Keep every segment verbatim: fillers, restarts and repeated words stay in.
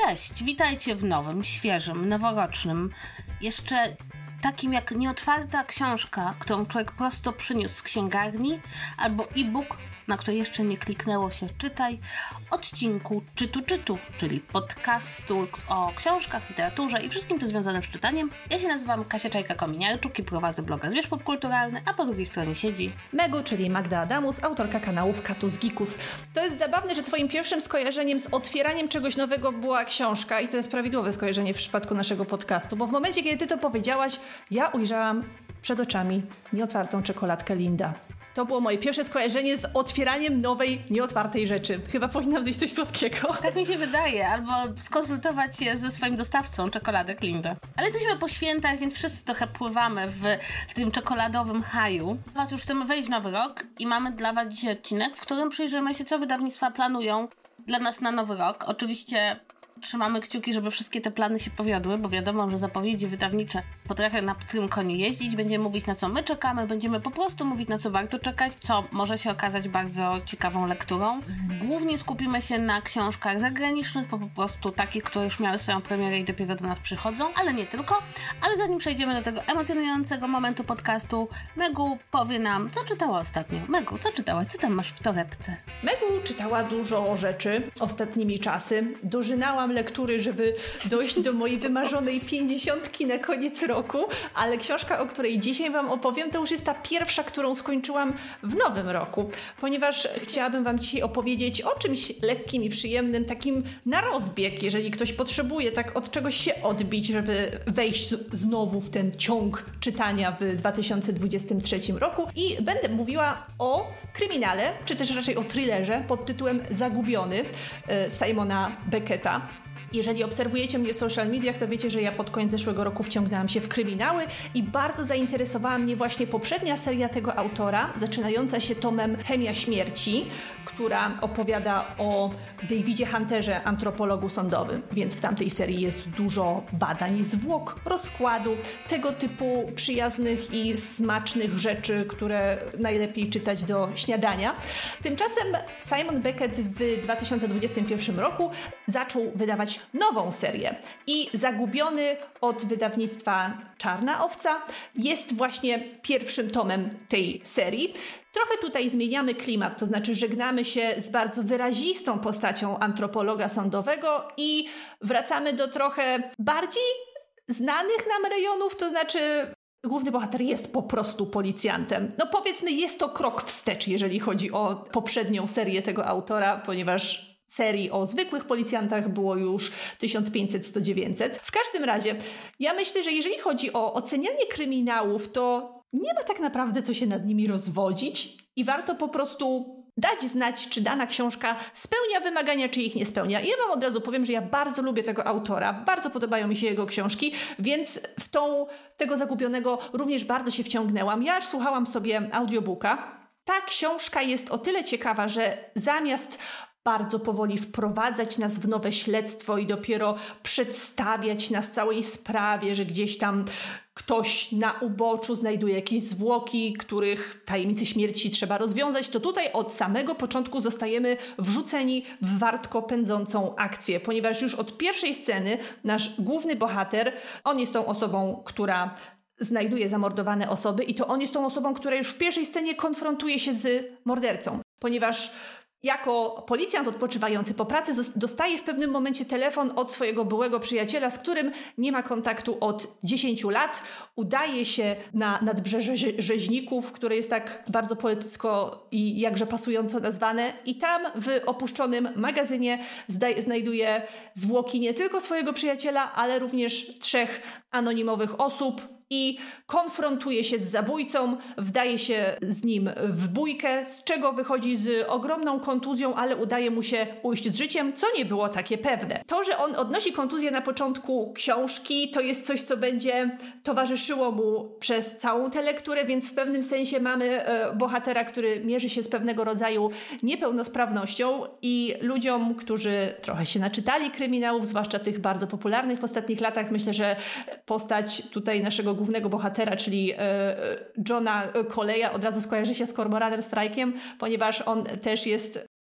Cześć, witajcie w nowym, świeżym, noworocznym, jeszcze takim jak nieotwarta książka, którą człowiek prosto przyniósł z księgarni, albo e-book, na który jeszcze nie kliknęło się czytaj, odcinku Czytu Czytu, czyli podcastu o książkach, literaturze i wszystkim to związanym z czytaniem. Ja się nazywam Kasia Czajka-Kominiarczuk i prowadzę bloga Zwierz Popkulturalny, a po drugiej stronie siedzi Megu, czyli Magda Adamus, autorka kanałów Katus Gikus. To jest zabawne, że twoim pierwszym skojarzeniem z otwieraniem czegoś nowego była książka i to jest prawidłowe skojarzenie w przypadku naszego podcastu, bo w momencie, kiedy ty to powiedziałaś, ja ujrzałam przed oczami nieotwartą czekoladkę Linda. To było moje pierwsze skojarzenie z otwieraniem nowej, nieotwartej rzeczy. Chyba powinnam zjeść coś słodkiego. Tak mi się wydaje, albo skonsultować się ze swoim dostawcą czekoladek Linda. Ale jesteśmy po świętach, więc wszyscy trochę pływamy w, w tym czekoladowym haju. Was już chcemy wejść w nowy rok i mamy dla was dzisiaj odcinek, w którym przyjrzymy się, co wydawnictwa planują dla nas na nowy rok. Oczywiście trzymamy kciuki, żeby wszystkie te plany się powiodły, bo wiadomo, że zapowiedzi wydawnicze potrafią na pstrym koniu jeździć. Będziemy mówić, na co my czekamy, będziemy po prostu mówić, na co warto czekać, co może się okazać bardzo ciekawą lekturą. Głównie skupimy się na książkach zagranicznych, bo po prostu takich, które już miały swoją premierę i dopiero do nas przychodzą, ale nie tylko. Ale zanim przejdziemy do tego emocjonującego momentu podcastu, Megu powie nam, co czytała ostatnio. Megu, co czytałaś? Co tam masz w torebce? Megu czytała dużo rzeczy ostatnimi czasy. Dożynałam lektury, żeby dojść do mojej wymarzonej pięćdziesiątki na koniec roku, ale książka, o której dzisiaj wam opowiem, to już jest ta pierwsza, którą skończyłam w nowym roku, ponieważ chciałabym wam dzisiaj opowiedzieć o czymś lekkim i przyjemnym, takim na rozbieg, jeżeli ktoś potrzebuje tak od czegoś się odbić, żeby wejść z- znowu w ten ciąg czytania w dwa tysiące dwudziestym trzecim roku i będę mówiła o kryminale, czy też raczej o thrillerze pod tytułem Zagubiony e, Simona Becketa. Jeżeli obserwujecie mnie w social mediach, to wiecie, że ja pod koniec zeszłego roku wciągnęłam się w kryminały i bardzo zainteresowała mnie właśnie poprzednia seria tego autora, zaczynająca się tomem Chemia Śmierci, która opowiada o Davidzie Hunterze, antropologu sądowym. Więc w tamtej serii jest dużo badań zwłok, rozkładu, tego typu przyjaznych i smacznych rzeczy, które najlepiej czytać do śniadania. Tymczasem Simon Beckett w dwa tysiące dwudziestym pierwszym roku zaczął wydawać nową serię i Zagubiony od wydawnictwa Czarna Owca jest właśnie pierwszym tomem tej serii. Trochę tutaj zmieniamy klimat, to znaczy żegnamy się z bardzo wyrazistą postacią antropologa sądowego i wracamy do trochę bardziej znanych nam rejonów, to znaczy główny bohater jest po prostu policjantem. No powiedzmy, jest to krok wstecz, jeżeli chodzi o poprzednią serię tego autora, ponieważ serii o zwykłych policjantach było już tysiąc pięćset sto dziewięćset. W każdym razie, ja myślę, że jeżeli chodzi o ocenianie kryminałów, to nie ma tak naprawdę co się nad nimi rozwodzić i warto po prostu dać znać, czy dana książka spełnia wymagania, czy ich nie spełnia. I ja wam od razu powiem, że ja bardzo lubię tego autora, bardzo podobają mi się jego książki, więc w tą tego Zagubionego również bardzo się wciągnęłam. Ja aż słuchałam sobie audiobooka. Ta książka jest o tyle ciekawa, że zamiast bardzo powoli wprowadzać nas w nowe śledztwo i dopiero przedstawiać nas całej sprawie, że gdzieś tam ktoś na uboczu znajduje jakieś zwłoki, których tajemnicy śmierci trzeba rozwiązać, to tutaj od samego początku zostajemy wrzuceni w wartko pędzącą akcję, ponieważ już od pierwszej sceny nasz główny bohater, on jest tą osobą, która znajduje zamordowane osoby i to on jest tą osobą, która już w pierwszej scenie konfrontuje się z mordercą, ponieważ jako policjant odpoczywający po pracy dostaje w pewnym momencie telefon od swojego byłego przyjaciela, z którym nie ma kontaktu od dziesięciu lat. Udaje się na nadbrzeże Rzeźników, które jest tak bardzo poetycko i jakże pasująco nazwane. I tam w opuszczonym magazynie zda- znajduje zwłoki nie tylko swojego przyjaciela, ale również trzech anonimowych osób. I konfrontuje się z zabójcą, wdaje się z nim w bójkę, z czego wychodzi z ogromną kontuzją, ale udaje mu się ujść z życiem, co nie było takie pewne. To, że on odnosi kontuzję na początku książki, to jest coś, co będzie towarzyszyło mu przez całą tę lekturę, więc w pewnym sensie mamy e, bohatera, który mierzy się z pewnego rodzaju niepełnosprawnością i ludziom, którzy trochę się naczytali kryminałów, zwłaszcza tych bardzo popularnych w ostatnich latach, myślę, że postać tutaj naszego głównego bohatera, czyli e, Johna Coleya, od razu skojarzy się z Cormoranem Strike'iem, ponieważ on też jest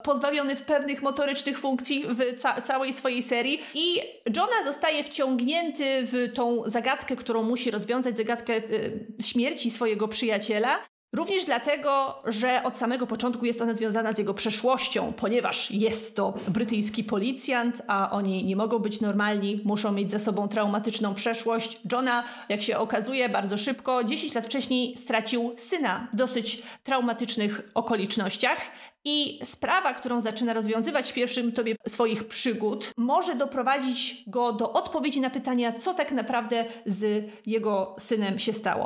pozbawiony w pewnych motorycznych funkcji w ca- całej swojej serii i Johna zostaje wciągnięty w tą zagadkę, którą musi rozwiązać, zagadkę y, śmierci swojego przyjaciela. Również dlatego, że od samego początku jest ona związana z jego przeszłością, ponieważ jest to brytyjski policjant, a oni nie mogą być normalni, muszą mieć za sobą traumatyczną przeszłość. Johna, jak się okazuje, bardzo szybko, dziesięć lat wcześniej stracił syna w dosyć traumatycznych okolicznościach. I sprawa, którą zaczyna rozwiązywać w pierwszym tobie swoich przygód, może doprowadzić go do odpowiedzi na pytania, co tak naprawdę z jego synem się stało.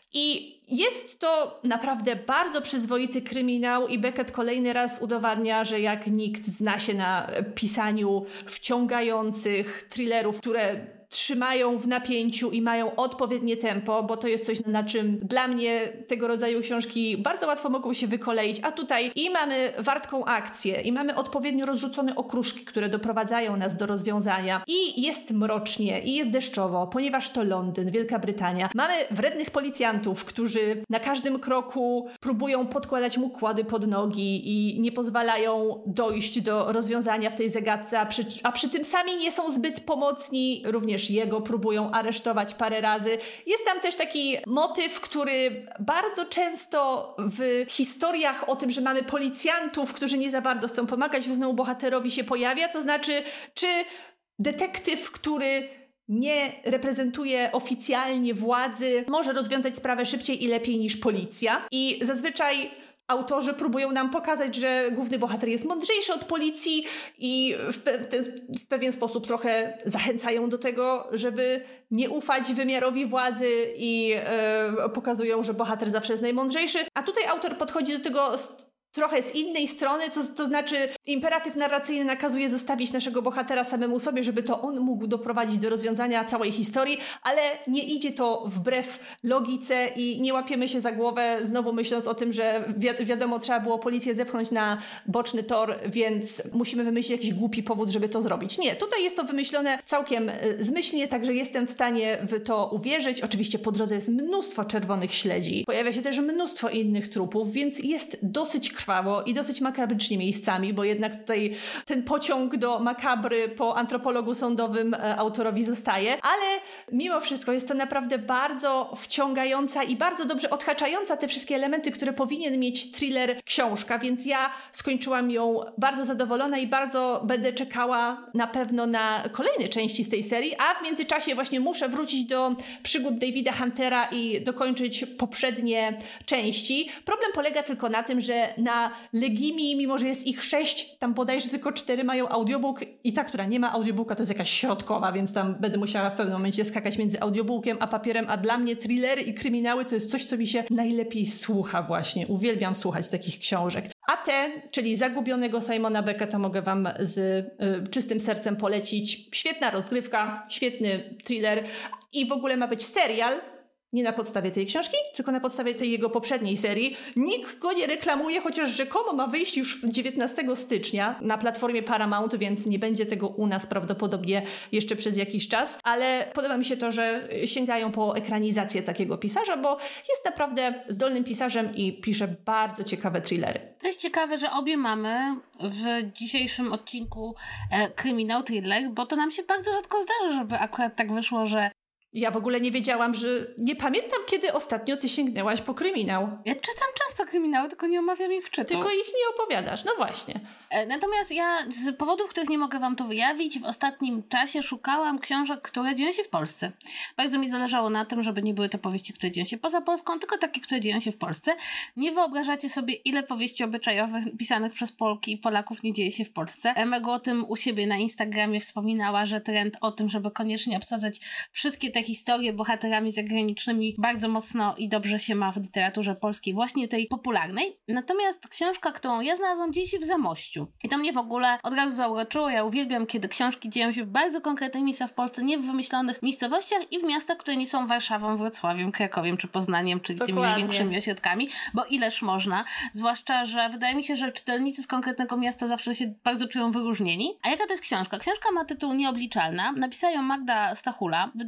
I jest to naprawdę bardzo przyzwoity kryminał i Beckett kolejny raz udowadnia, że jak nikt zna się na pisaniu wciągających thrillerów, które trzymają w napięciu i mają odpowiednie tempo, bo to jest coś, na czym dla mnie tego rodzaju książki bardzo łatwo mogą się wykoleić, a tutaj i mamy wartką akcję, i mamy odpowiednio rozrzucone okruszki, które doprowadzają nas do rozwiązania, i jest mrocznie, i jest deszczowo, ponieważ to Londyn, Wielka Brytania. Mamy wrednych policjantów, którzy na każdym kroku próbują podkładać mu kłady pod nogi i nie pozwalają dojść do rozwiązania w tej zagadce, a przy, a przy tym sami nie są zbyt pomocni, również jego próbują aresztować parę razy. Jest tam też taki motyw, który bardzo często w historiach o tym, że mamy policjantów, którzy nie za bardzo chcą pomagać głównemu bohaterowi, się pojawia, to znaczy, czy detektyw, który nie reprezentuje oficjalnie władzy, może rozwiązać sprawę szybciej i lepiej niż policja. I zazwyczaj autorzy próbują nam pokazać, że główny bohater jest mądrzejszy od policji i w, pe- w, ten, w pewien sposób trochę zachęcają do tego, żeby nie ufać wymiarowi władzy i e, pokazują, że bohater zawsze jest najmądrzejszy. A tutaj autor podchodzi do tego z, trochę z innej strony, to, to znaczy imperatyw narracyjny nakazuje zostawić naszego bohatera samemu sobie, żeby to on mógł doprowadzić do rozwiązania całej historii, ale nie idzie to wbrew logice i nie łapiemy się za głowę znowu myśląc o tym, że wi- wiadomo, trzeba było policję zepchnąć na boczny tor, więc musimy wymyślić jakiś głupi powód, żeby to zrobić. Nie, tutaj jest to wymyślone całkiem y, zmyślnie, także jestem w stanie w to uwierzyć. Oczywiście po drodze jest mnóstwo czerwonych śledzi, pojawia się też mnóstwo innych trupów, więc jest dosyć krwawo i dosyć makabrycznie miejscami, bo jednak tutaj ten pociąg do makabry po antropologu sądowym e, autorowi zostaje, ale mimo wszystko jest to naprawdę bardzo wciągająca i bardzo dobrze odhaczająca te wszystkie elementy, które powinien mieć thriller książka, więc ja skończyłam ją bardzo zadowolona i bardzo będę czekała na pewno na kolejne części z tej serii, a w międzyczasie właśnie muszę wrócić do przygód Davida Huntera i dokończyć poprzednie części. Problem polega tylko na tym, że na Legimi, mimo że jest ich sześć, tam bodajże tylko cztery mają audiobook i ta, która nie ma audiobooka, to jest jakaś środkowa, więc tam będę musiała w pewnym momencie skakać między audiobookiem a papierem, a dla mnie thrillery i kryminały to jest coś, co mi się najlepiej słucha właśnie. Uwielbiam słuchać takich książek. A te, czyli Zagubionego Simona Becketa, mogę wam z y, czystym sercem polecić. Świetna rozgrywka, świetny thriller i w ogóle ma być serial, nie na podstawie tej książki, tylko na podstawie tej jego poprzedniej serii. Nikt go nie reklamuje, chociaż rzekomo ma wyjść już dziewiętnastego stycznia na platformie Paramount, więc nie będzie tego u nas prawdopodobnie jeszcze przez jakiś czas, ale podoba mi się to, że sięgają po ekranizację takiego pisarza, bo jest naprawdę zdolnym pisarzem i pisze bardzo ciekawe thrillery. To jest ciekawe, że obie mamy w dzisiejszym odcinku e, kryminał, thriller, bo to nam się bardzo rzadko zdarza, żeby akurat tak wyszło, że Ja w ogóle nie wiedziałam, że... Nie pamiętam, kiedy ostatnio ty sięgnęłaś po kryminał. Ja czytam często kryminały, tylko nie omawiam ich w czytu. Tylko ich nie opowiadasz, no właśnie. Natomiast ja z powodów, których nie mogę wam tu wyjawić, w ostatnim czasie szukałam książek, które dzieją się w Polsce. Bardzo mi zależało na tym, żeby nie były to powieści, które dzieją się poza Polską, tylko takie, które dzieją się w Polsce. Nie wyobrażacie sobie, ile powieści obyczajowych pisanych przez Polki i Polaków nie dzieje się w Polsce. Mego o tym u siebie na Instagramie wspominała, że trend o tym, żeby koniecznie obsadzać wszystkie te historie bohaterami zagranicznymi bardzo mocno i dobrze się ma w literaturze polskiej, właśnie tej popularnej. Natomiast książka, którą ja znalazłam, dzieje się w Zamościu. I to mnie w ogóle od razu zauroczyło. Ja uwielbiam, kiedy książki dzieją się w bardzo konkretnych miejscach w Polsce, nie w wymyślonych miejscowościach i w miastach, które nie są Warszawą, Wrocławiem, Krakowiem czy Poznaniem, czy tymi największymi ośrodkami, bo ileż można. Zwłaszcza, że wydaje mi się, że czytelnicy z konkretnego miasta zawsze się bardzo czują wyróżnieni. A jaka to jest książka? Książka ma tytuł Nieobliczalna. Napisała ją Magda Stachula. Wydało wydawnictwo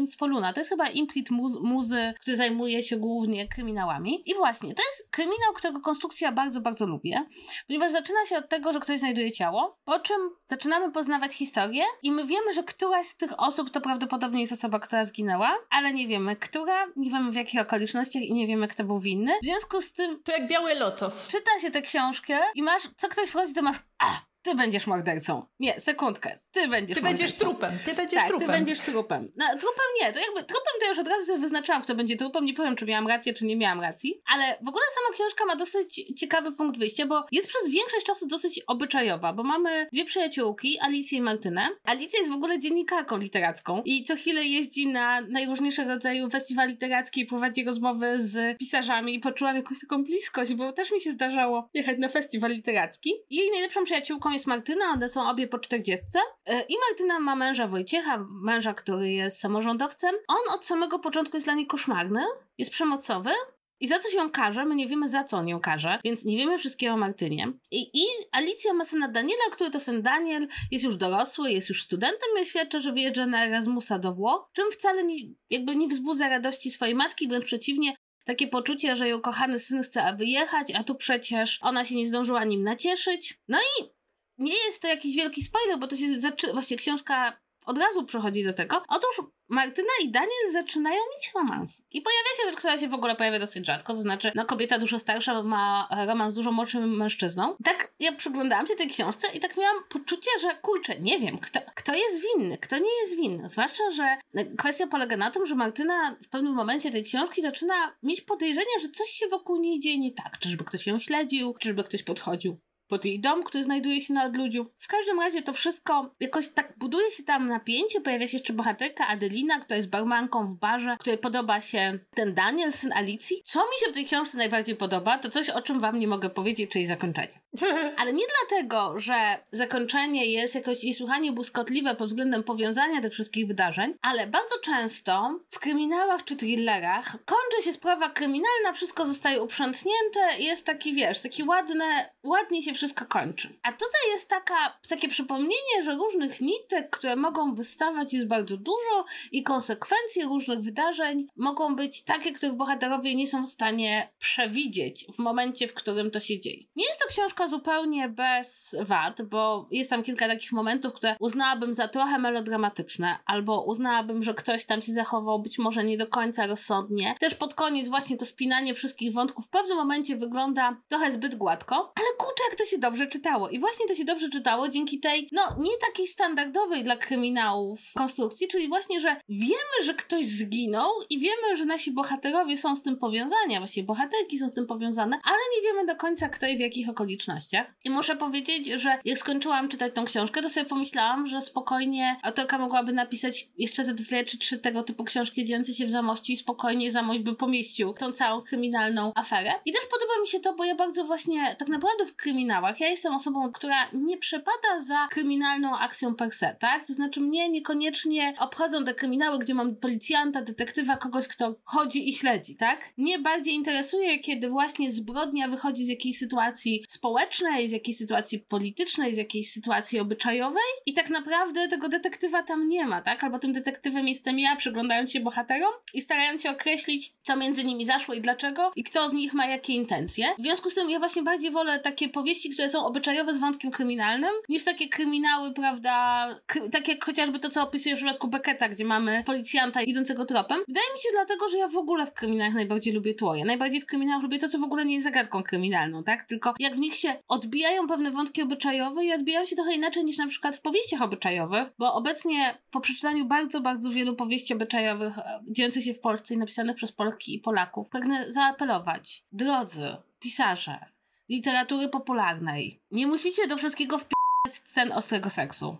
wydawnictwo Luna. To jest chyba imprint mu- muzy, który zajmuje się głównie kryminałami. I właśnie, to jest kryminał, którego konstrukcję ja bardzo, bardzo lubię, ponieważ zaczyna się od tego, że ktoś znajduje ciało, po czym zaczynamy poznawać historię i my wiemy, że któraś z tych osób to prawdopodobnie jest osoba, która zginęła, ale nie wiemy, która, nie wiemy w jakich okolicznościach i nie wiemy, kto był winny. W związku z tym... To jak Biały Lotos. Czyta się tę książkę i masz, co ktoś wchodzi, to masz... A! Ty będziesz mordercą. Nie, sekundkę. Ty będziesz Ty mordercą. będziesz trupem. Ty będziesz tak, trupem. ty będziesz trupem. No, trupem nie. To jakby trupem to ja już od razu sobie wyznaczałam, kto będzie trupem. Nie powiem, czy miałam rację, czy nie miałam racji. Ale w ogóle sama książka ma dosyć ciekawy punkt wyjścia, bo jest przez większość czasu dosyć obyczajowa, bo mamy dwie przyjaciółki, Alicję i Martynę. Alicja jest w ogóle dziennikarką literacką i co chwilę jeździ na najróżniejsze rodzaju festiwal literacki i prowadzi rozmowy z pisarzami i poczułam jakąś taką bliskość, bo też mi się zdarzało jechać na festiwal literacki. Jej najlepszą przyjaciółką jest Martyna, one są obie po czterdziestce i Martyna ma męża Wojciecha, męża, który jest samorządowcem. On od samego początku jest dla niej koszmarny, jest przemocowy i za coś ją karze, my nie wiemy, za co on ją karze, więc nie wiemy wszystkiego o Martynie. I, i Alicja ma syna Daniela, który to syn Daniel jest już dorosły, jest już studentem i oświadcza, że wyjeżdża na Erasmusa do Włoch, czym wcale nie, jakby nie wzbudza radości swojej matki, wręcz przeciwnie, takie poczucie, że jej ukochany syn chce wyjechać, a tu przecież ona się nie zdążyła nim nacieszyć. No i nie jest to jakiś wielki spoiler, bo to się zaczyna, właśnie książka od razu przechodzi do tego. Otóż Martyna i Daniel zaczynają mieć romans. I pojawia się rzecz, która się w ogóle pojawia dosyć rzadko, to znaczy, no kobieta dużo starsza ma romans z dużo młodszym mężczyzną. Tak ja przyglądałam się tej książce i tak miałam poczucie, że kurczę, nie wiem, kto, kto jest winny, kto nie jest winny. Zwłaszcza, że kwestia polega na tym, że Martyna w pewnym momencie tej książki zaczyna mieć podejrzenie, że coś się wokół niej dzieje nie tak. Czyżby ktoś ją śledził, czyżby ktoś podchodził pod jej dom, który znajduje się na odludziu. W każdym razie to wszystko jakoś tak buduje się tam napięcie. Pojawia się jeszcze bohaterka Adelina, która jest barmanką w barze, której podoba się ten Daniel, syn Alicji. Co mi się w tej książce najbardziej podoba, to coś, o czym wam nie mogę powiedzieć, czyli zakończenie. Ale nie dlatego, że zakończenie jest jakoś niesłychanie błyskotliwe pod względem powiązania tych wszystkich wydarzeń, ale bardzo często w kryminałach czy thrillerach kończy się sprawa kryminalna, wszystko zostaje uprzątnięte i jest taki, wiesz, taki ładne, ładnie się wszystko kończy. A tutaj jest taka, takie przypomnienie, że różnych nitek, które mogą wystawać, jest bardzo dużo i konsekwencje różnych wydarzeń mogą być takie, których bohaterowie nie są w stanie przewidzieć w momencie, w którym to się dzieje. Nie jest to książka zupełnie bez wad, bo jest tam kilka takich momentów, które uznałabym za trochę melodramatyczne, albo uznałabym, że ktoś tam się zachował być może nie do końca rozsądnie. Też pod koniec właśnie to spinanie wszystkich wątków w pewnym momencie wygląda trochę zbyt gładko, ale kurczę, jak to się dobrze czytało. I właśnie to się dobrze czytało dzięki tej, no nie takiej standardowej dla kryminałów konstrukcji, czyli właśnie, że wiemy, że ktoś zginął i wiemy, że nasi bohaterowie są z tym powiązani, a właściwie bohaterki są z tym powiązane, ale nie wiemy do końca kto i w jakich okolicznościach. I muszę powiedzieć, że jak skończyłam czytać tą książkę, to sobie pomyślałam, że spokojnie autorka mogłaby napisać jeszcze ze dwie czy trzy tego typu książki dziejące się w Zamościu i spokojnie Zamość by pomieścił tą całą kryminalną aferę. I też podoba mi się to, bo ja bardzo właśnie tak naprawdę w kryminałach, ja jestem osobą, która nie przepada za kryminalną akcją per se, tak? To znaczy mnie niekoniecznie obchodzą te kryminały, gdzie mam policjanta, detektywa, kogoś, kto chodzi i śledzi, tak? Mnie bardziej interesuje, kiedy właśnie zbrodnia wychodzi z jakiejś sytuacji społecznej, z jakiejś sytuacji politycznej, z jakiejś sytuacji obyczajowej i tak naprawdę tego detektywa tam nie ma, tak? Albo tym detektywem jestem ja, przyglądając się bohaterom i starając się określić, co między nimi zaszło i dlaczego i kto z nich ma jakie intencje. W związku z tym ja właśnie bardziej wolę takie powieści, które są obyczajowe z wątkiem kryminalnym, niż takie kryminały, prawda, kry- tak jak chociażby to, co opisuję w przypadku Becketa, gdzie mamy policjanta idącego tropem. Wydaje mi się dlatego, że ja w ogóle w kryminałach najbardziej lubię tło. Ja najbardziej w kryminałach lubię to, co w ogóle nie jest zagadką kryminalną, tak? Tylko jak w nich się odbijają pewne wątki obyczajowe i odbijają się trochę inaczej niż na przykład w powieściach obyczajowych, bo obecnie po przeczytaniu bardzo, bardzo wielu powieści obyczajowych e, dziejących się w Polsce i napisanych przez Polki i Polaków, pragnę zaapelować. Drodzy pisarze literatury popularnej, nie musicie do wszystkiego wpi***ać scen ostrego seksu.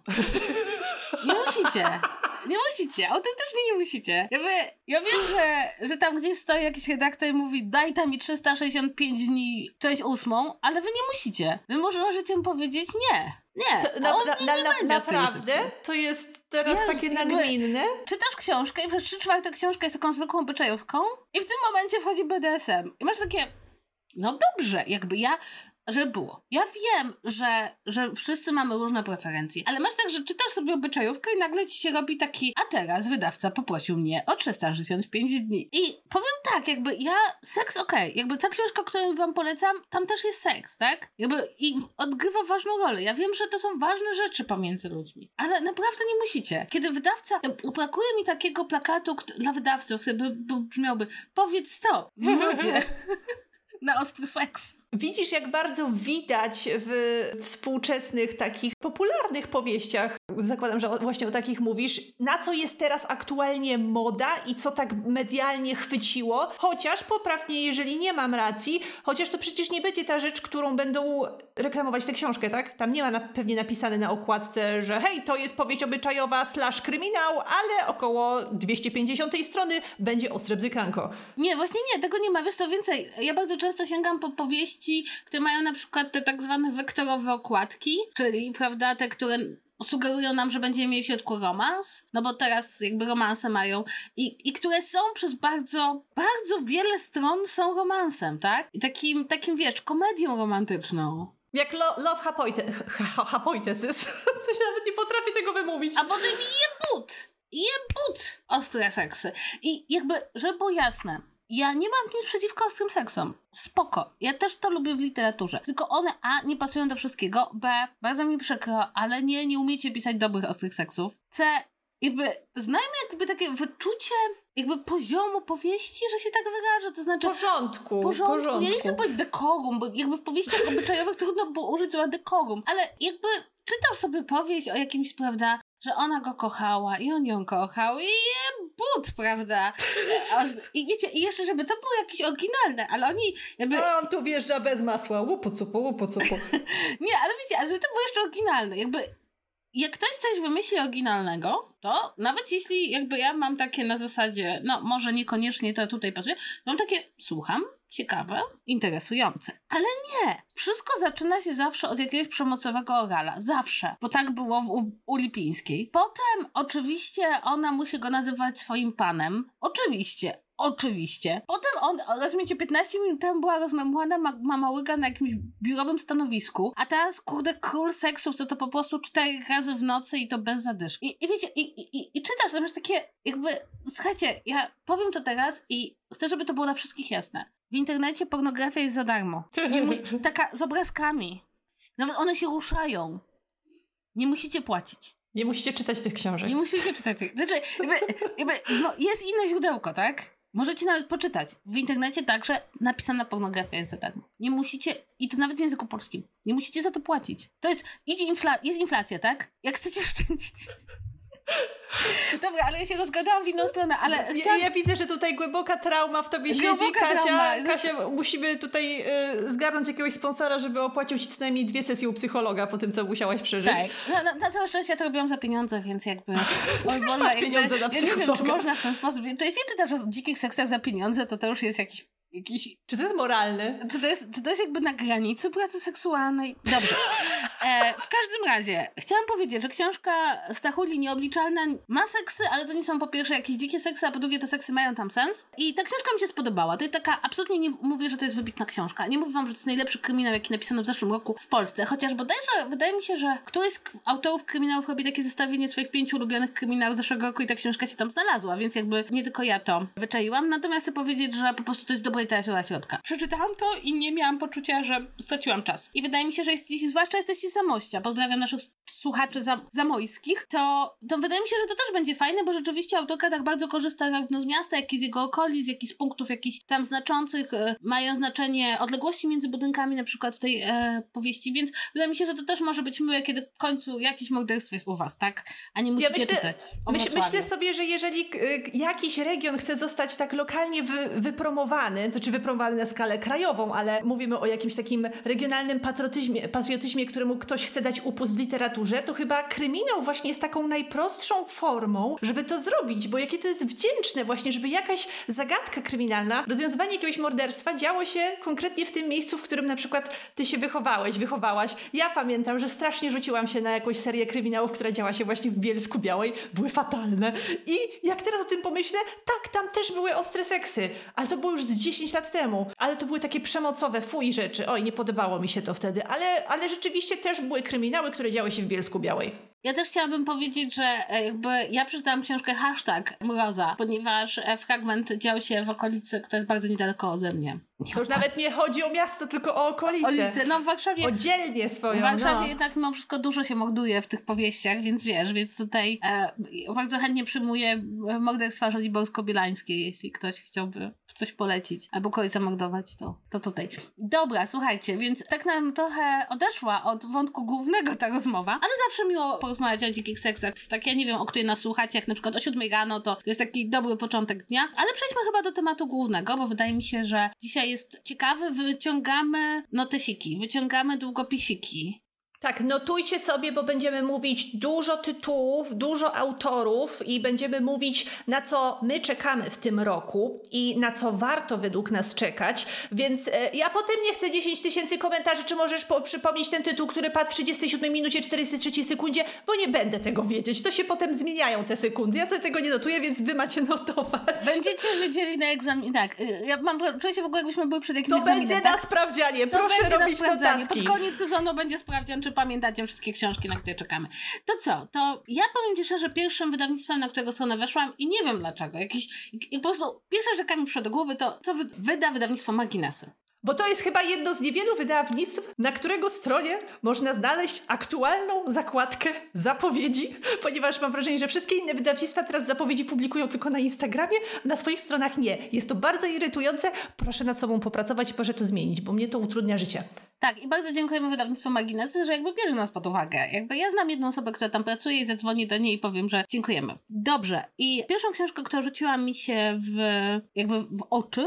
Nie musicie. Nie musicie, autentycznie nie musicie. Ja, by, ja wiem, że, że tam gdzieś stoi jakiś redaktor i mówi daj tam mi trzysta sześćdziesiąt pięć dni, cześć ósmą, ale wy nie musicie. Wy może możecie mu powiedzieć nie. Nie, to, na, on na, nie, na, nie na, będzie naprawdę? To jest teraz Jezu, takie jakby nagminne? Czytasz książkę i przez trzy czwarte książka jest taką zwykłą obyczajówką i w tym momencie wchodzi B D S M. I masz takie, no dobrze, jakby ja żeby było. Ja wiem, że, że wszyscy mamy różne preferencje, ale masz tak, że czytasz sobie obyczajówkę i nagle ci się robi taki, a teraz wydawca poprosił mnie o trzysta sześćdziesiąt pięć dni. I powiem tak, jakby ja, seks okej, okay. Jakby ta książka, którą wam polecam, tam też jest seks, tak? Jakby i odgrywa ważną rolę. Ja wiem, że to są ważne rzeczy pomiędzy ludźmi, ale naprawdę nie musicie. Kiedy wydawca, brakuje mi takiego plakatu dla wydawców, by, by brzmiałby, powiedz stop, ludzie. Na ostry seks. Widzisz, jak bardzo widać w współczesnych, takich popularnych powieściach, zakładam, że właśnie o takich mówisz, na co jest teraz aktualnie moda i co tak medialnie chwyciło, chociaż, popraw mnie, jeżeli nie mam racji, chociaż to przecież nie będzie ta rzecz, którą będą reklamować tę książkę, tak? Tam nie ma na, pewnie napisane na okładce, że hej, to jest powieść obyczajowa slash kryminał, ale około dwieście pięćdziesiątej strony będzie ostre bzykanko. Nie, właśnie nie, tego nie ma. Wiesz co więcej, ja bardzo często sięgam po powieści, które mają na przykład te tak zwane wektorowe okładki, czyli, prawda, te, które sugerują nam, że będziemy mieli w środku romans, no bo teraz jakby romanse mają i, i które są przez bardzo, bardzo wiele stron są romansem, tak? I takim, takim wiesz, komedią romantyczną. Jak lo, Love Hypothesis. Coś nawet nie potrafię tego wymówić. A potem jebut! Jebut! Ostre seksy. I jakby, żeby było jasne, ja nie mam nic przeciwko ostrym seksom. Spoko. Ja też to lubię w literaturze. Tylko one A, nie pasują do wszystkiego, B, bardzo mi przykro, ale nie, nie umiecie pisać dobrych ostrych seksów. C, jakby znajmy jakby takie wyczucie jakby poziomu powieści, że się tak wyrażę, to znaczy... Porządku. Porządku. porządku. Ja nie chcę powiedzieć dekorum, bo jakby w powieściach obyczajowych trudno było użyć słowa dekorum, ale jakby czytasz sobie powieść o jakimś, prawda, że ona go kochała i on ją kochał i jebut, prawda? I wiecie, i jeszcze, żeby to było jakieś oryginalne, ale oni jakby... A on tu wjeżdża bez masła, łupu cupu, łupu cupu. Nie, ale wiecie, ale żeby to było jeszcze oryginalne, jakby jak ktoś coś wymyśli oryginalnego, to nawet jeśli jakby ja mam takie na zasadzie, no może niekoniecznie to tutaj pasuje, mam takie, słucham, ciekawe, interesujące. Ale nie! Wszystko zaczyna się zawsze od jakiegoś przemocowego orala. Zawsze. Bo tak było w, u, u Lipińskiej. Potem oczywiście ona musi go nazywać swoim panem. Oczywiście. Oczywiście. Potem on, rozumiecie, piętnaście minut temu była rozmemłana ma- mama łyga na jakimś biurowym stanowisku, a teraz, kurde, król seksów, to to po prostu cztery razy w nocy i to bez zadyszki. I, i wiecie, i, i, i czytasz, to masz takie jakby, słuchajcie, ja powiem to teraz i chcę, żeby to było dla wszystkich jasne. W internecie pornografia jest za darmo. Nie mu- taka z obrazkami. Nawet one się ruszają. Nie musicie płacić. Nie musicie czytać tych książek. Nie musicie czytać tych. Znaczy, jakby, jakby, no, jest inne źródełko, tak? Możecie nawet poczytać. W internecie także napisana pornografia jest za darmo. Nie musicie, i to nawet w języku polskim, nie musicie za to płacić. To jest, idzie infla, jest inflacja, tak? Jak chcecie szczęścić. Dobra, ale ja się rozgadałam w inną stronę, ale ja, chciałam... ja widzę, że tutaj głęboka trauma w tobie Głęboka siedzi. Kasia, trauma. Kasia, musimy tutaj y, zgarnąć jakiegoś sponsora, żeby opłacił ci co najmniej dwie sesje u psychologa po tym, co musiałaś przeżyć. Tak. No, na, na całe szczęście ja to robiłam za pieniądze, więc jakby... Oj Boże, masz jakby, pieniądze na ja nie psychologa. wiem, czy można w ten sposób... To jeśli czytasz o dzikich seksach za pieniądze, to to już jest jakiś... jakiś... Czy to jest moralne? Czy to jest, czy to jest jakby na granicy pracy seksualnej? Dobrze. E, w każdym razie, chciałam powiedzieć, że książka Stachuli Nieobliczalna ma seksy, ale to nie są po pierwsze jakieś dzikie seksy, a po drugie te seksy mają tam sens. I ta książka mi się spodobała. To jest taka, absolutnie nie mówię, że to jest wybitna książka. Nie mówię wam, że to jest najlepszy kryminał, jaki napisano w zeszłym roku w Polsce. Chociaż bodajże, wydaje mi się, że któryś z autorów kryminałów robi takie zestawienie swoich pięciu ulubionych kryminałów z zeszłego roku i ta książka się tam znalazła, więc jakby nie tylko ja to wyczaiłam. Natomiast chcę powiedzieć, że po prostu to jest dobra literatura środka. Przeczytałam to i nie miałam poczucia, że straciłam czas. I wydaje mi się, że jesteście, zwłaszcza jesteście Zamościa, pozdrawiam naszych słuchaczy zam- zamojskich, to, to wydaje mi się, że to też będzie fajne, bo rzeczywiście autorka tak bardzo korzysta zarówno z miasta, jak i z jego okolic, jak i z punktów jakichś tam znaczących, e, mają znaczenie odległości między budynkami, na przykład w tej e, powieści, więc wydaje mi się, że to też może być miłe, kiedy w końcu jakieś morderstwo jest u was, tak? A nie musicie ja myślę, czytać o myśl, Myślę sobie, że jeżeli y, jakiś region chce zostać tak lokalnie wy, wypromowany, to czy wypromowany na skalę krajową, ale mówimy o jakimś takim regionalnym patriotyzmie, patriotyzmie, któremu ktoś chce dać upust w literaturze, to chyba kryminał właśnie jest taką najprostszą formą, żeby to zrobić, bo jakie to jest wdzięczne właśnie, żeby jakaś zagadka kryminalna, rozwiązywanie jakiegoś morderstwa działo się konkretnie w tym miejscu, w którym na przykład ty się wychowałeś, wychowałaś. Ja pamiętam, że strasznie rzuciłam się na jakąś serię kryminałów, która działa się właśnie w Bielsku Białej. Były fatalne. I jak teraz o tym pomyślę, tak, tam też były ostre seksy, ale to było już z dziesięć dziesięć lat temu, ale to były takie przemocowe, fuj rzeczy. Oj, nie podobało mi się to wtedy, ale, ale rzeczywiście też były kryminały, które działy się w Bielsku Białej. Ja też chciałabym powiedzieć, że jakby ja przeczytałam książkę Hashtag Mroza, ponieważ fragment dział się w okolicy, która jest bardzo niedaleko ode mnie. To już nawet nie chodzi o miasto, tylko o okolice. Okolice. No w Warszawie... O dzielnię swoją, W Warszawie no. jednak mimo wszystko dużo się morduje w tych powieściach, więc wiesz, więc tutaj e, bardzo chętnie przyjmuję Morderstwa Żoliborsko-Bielańskie, jeśli ktoś chciałby coś polecić albo kogoś zamordować, to, to tutaj. Dobra, słuchajcie, więc tak nam trochę odeszła od wątku głównego ta rozmowa, ale zawsze miło porozmawiać o dzikich seksach. Tak ja nie wiem, o której nas słuchacie, jak na przykład o siódmej rano, to jest taki dobry początek dnia, ale przejdźmy chyba do tematu głównego, bo wydaje mi się, że dzisiaj jest ciekawy, wyciągamy notesiki, wyciągamy długopisiki. Tak, notujcie sobie, bo będziemy mówić dużo tytułów, dużo autorów i będziemy mówić, na co my czekamy w tym roku i na co warto według nas czekać, więc e, ja potem nie chcę dziesięć tysięcy komentarzy, czy możesz po- przypomnieć ten tytuł, który padł w trzydziestej siódmej minucie czterdziestej trzeciej sekundzie, bo nie będę tego wiedzieć, to się potem zmieniają te sekundy, ja sobie tego nie notuję, więc wy macie notować. Będziecie wiedzieli na egzamin, tak, ja mam, czuję się w ogóle, jakbyśmy byli przed jakimś To egzaminem. będzie tak? na sprawdzianie, To proszę będzie robić na sprawdzianie. notatki. Pod koniec sezonu będzie sprawdzian, czy pamiętacie wszystkie książki, na które czekamy. To co? To ja powiem ci szczerze, pierwszym wydawnictwem, na którego stronę weszłam i nie wiem dlaczego, jakiś, i po prostu pierwsza rzecz, jaka mi przyszła do głowy, to co wyda wydawnictwo Marginesy. Bo to jest chyba jedno z niewielu wydawnictw, na którego stronie można znaleźć aktualną zakładkę zapowiedzi, ponieważ mam wrażenie, że wszystkie inne wydawnictwa teraz zapowiedzi publikują tylko na Instagramie, a na swoich stronach nie. Jest to bardzo irytujące. Proszę nad sobą popracować i proszę to zmienić, bo mnie to utrudnia życie. Tak, i bardzo dziękujemy wydawnictwu Marginesy, że jakby bierze nas pod uwagę. Jakby ja znam jedną osobę, która tam pracuje i zadzwonię do niej i powiem, że dziękujemy. Dobrze. I pierwszą książkę, która rzuciła mi się w jakby w oczy,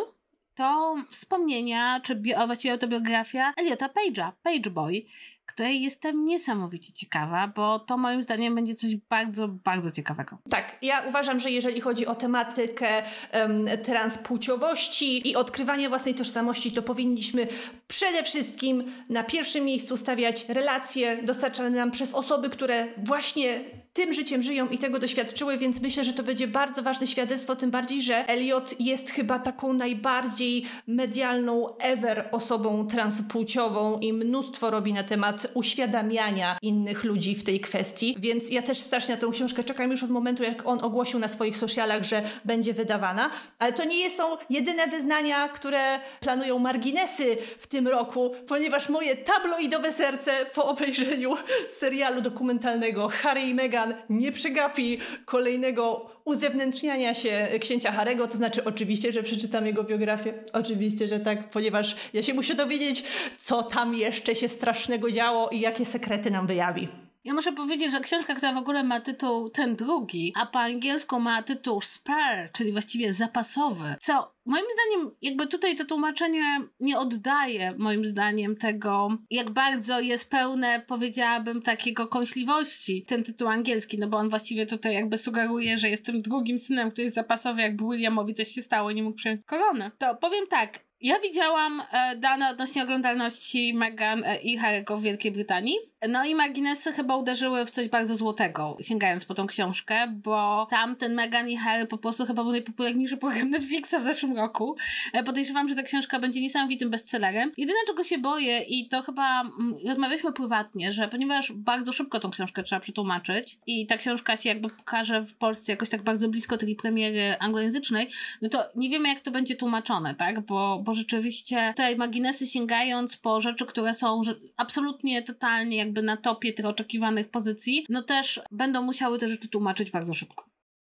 to wspomnienia, czy bio, właściwie autobiografia Eliota Page'a, Page Boy, której jestem niesamowicie ciekawa, bo to moim zdaniem będzie coś bardzo, bardzo ciekawego. Tak, ja uważam, że jeżeli chodzi o tematykę um, transpłciowości i odkrywania własnej tożsamości, to powinniśmy przede wszystkim na pierwszym miejscu stawiać relacje dostarczane nam przez osoby, które właśnie tym życiem żyją i tego doświadczyły, więc myślę, że to będzie bardzo ważne świadectwo, tym bardziej, że Eliot jest chyba taką najbardziej medialną ever osobą transpłciową i mnóstwo robi na temat uświadamiania innych ludzi w tej kwestii, więc ja też strasznie na tę książkę czekam już od momentu, jak on ogłosił na swoich socialach, że będzie wydawana, ale to nie są jedyne wyznania, które planują Marginesy w tym roku, ponieważ moje tabloidowe serce po obejrzeniu serialu dokumentalnego Harry i Meghan nie przegapi kolejnego uzewnętrzniania się księcia Harry'ego, to znaczy oczywiście, że przeczytam jego biografię. Oczywiście, że tak, ponieważ ja się muszę dowiedzieć, co tam jeszcze się strasznego działo i jakie sekrety nam wyjawi. Ja muszę powiedzieć, że książka, która w ogóle ma tytuł ten drugi, a po angielsku ma tytuł spare, czyli właściwie zapasowy, co moim zdaniem jakby tutaj to tłumaczenie nie oddaje moim zdaniem tego, jak bardzo jest pełne, powiedziałabym, takiego kąśliwości ten tytuł angielski, no bo on właściwie tutaj jakby sugeruje, że jest tym drugim synem, który jest zapasowy, jakby Williamowi coś się stało i nie mógł przyjąć korony. To powiem tak, ja widziałam e, dane odnośnie oglądalności Meghan e, i Harry'ego w Wielkiej Brytanii. No i Marginesy chyba uderzyły w coś bardzo złotego, sięgając po tą książkę, bo tam ten Meghan i Harry po prostu chyba był najpopularniejszy program Netflixa w zeszłym roku. E, podejrzewam, że ta książka będzie niesamowitym bestsellerem. Jedyne, czego się boję, i to chyba mm, rozmawialiśmy prywatnie, że ponieważ bardzo szybko tą książkę trzeba przetłumaczyć i ta książka się jakby pokaże w Polsce jakoś tak bardzo blisko tej premiery anglojęzycznej, no to nie wiemy, jak to będzie tłumaczone, tak? Bo, bo rzeczywiście tutaj Marginesy, sięgając po rzeczy, które są absolutnie, totalnie jakby na topie tych oczekiwanych pozycji, no też będą musiały te rzeczy tłumaczyć bardzo szybko.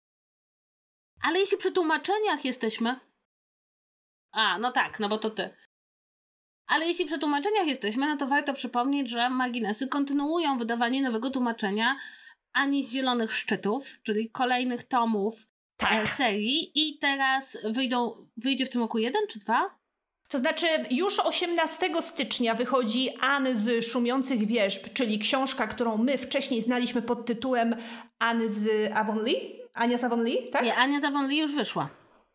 Ale jeśli przy tłumaczeniach jesteśmy... A, no tak, no bo to ty. Ale jeśli przy tłumaczeniach jesteśmy, no to warto przypomnieć, że Marginesy kontynuują wydawanie nowego tłumaczenia Ani z Zielonych Szczytów, czyli kolejnych tomów tak. serii i teraz wyjdą, wyjdzie w tym roku jeden czy dwa? To znaczy już osiemnastego stycznia wychodzi Anne z Szumiących Wierzb, czyli książka, którą my wcześniej znaliśmy pod tytułem Anne z Avonlea? Ania z Avonlea, tak? Nie, Ania z Avonlea już wyszła.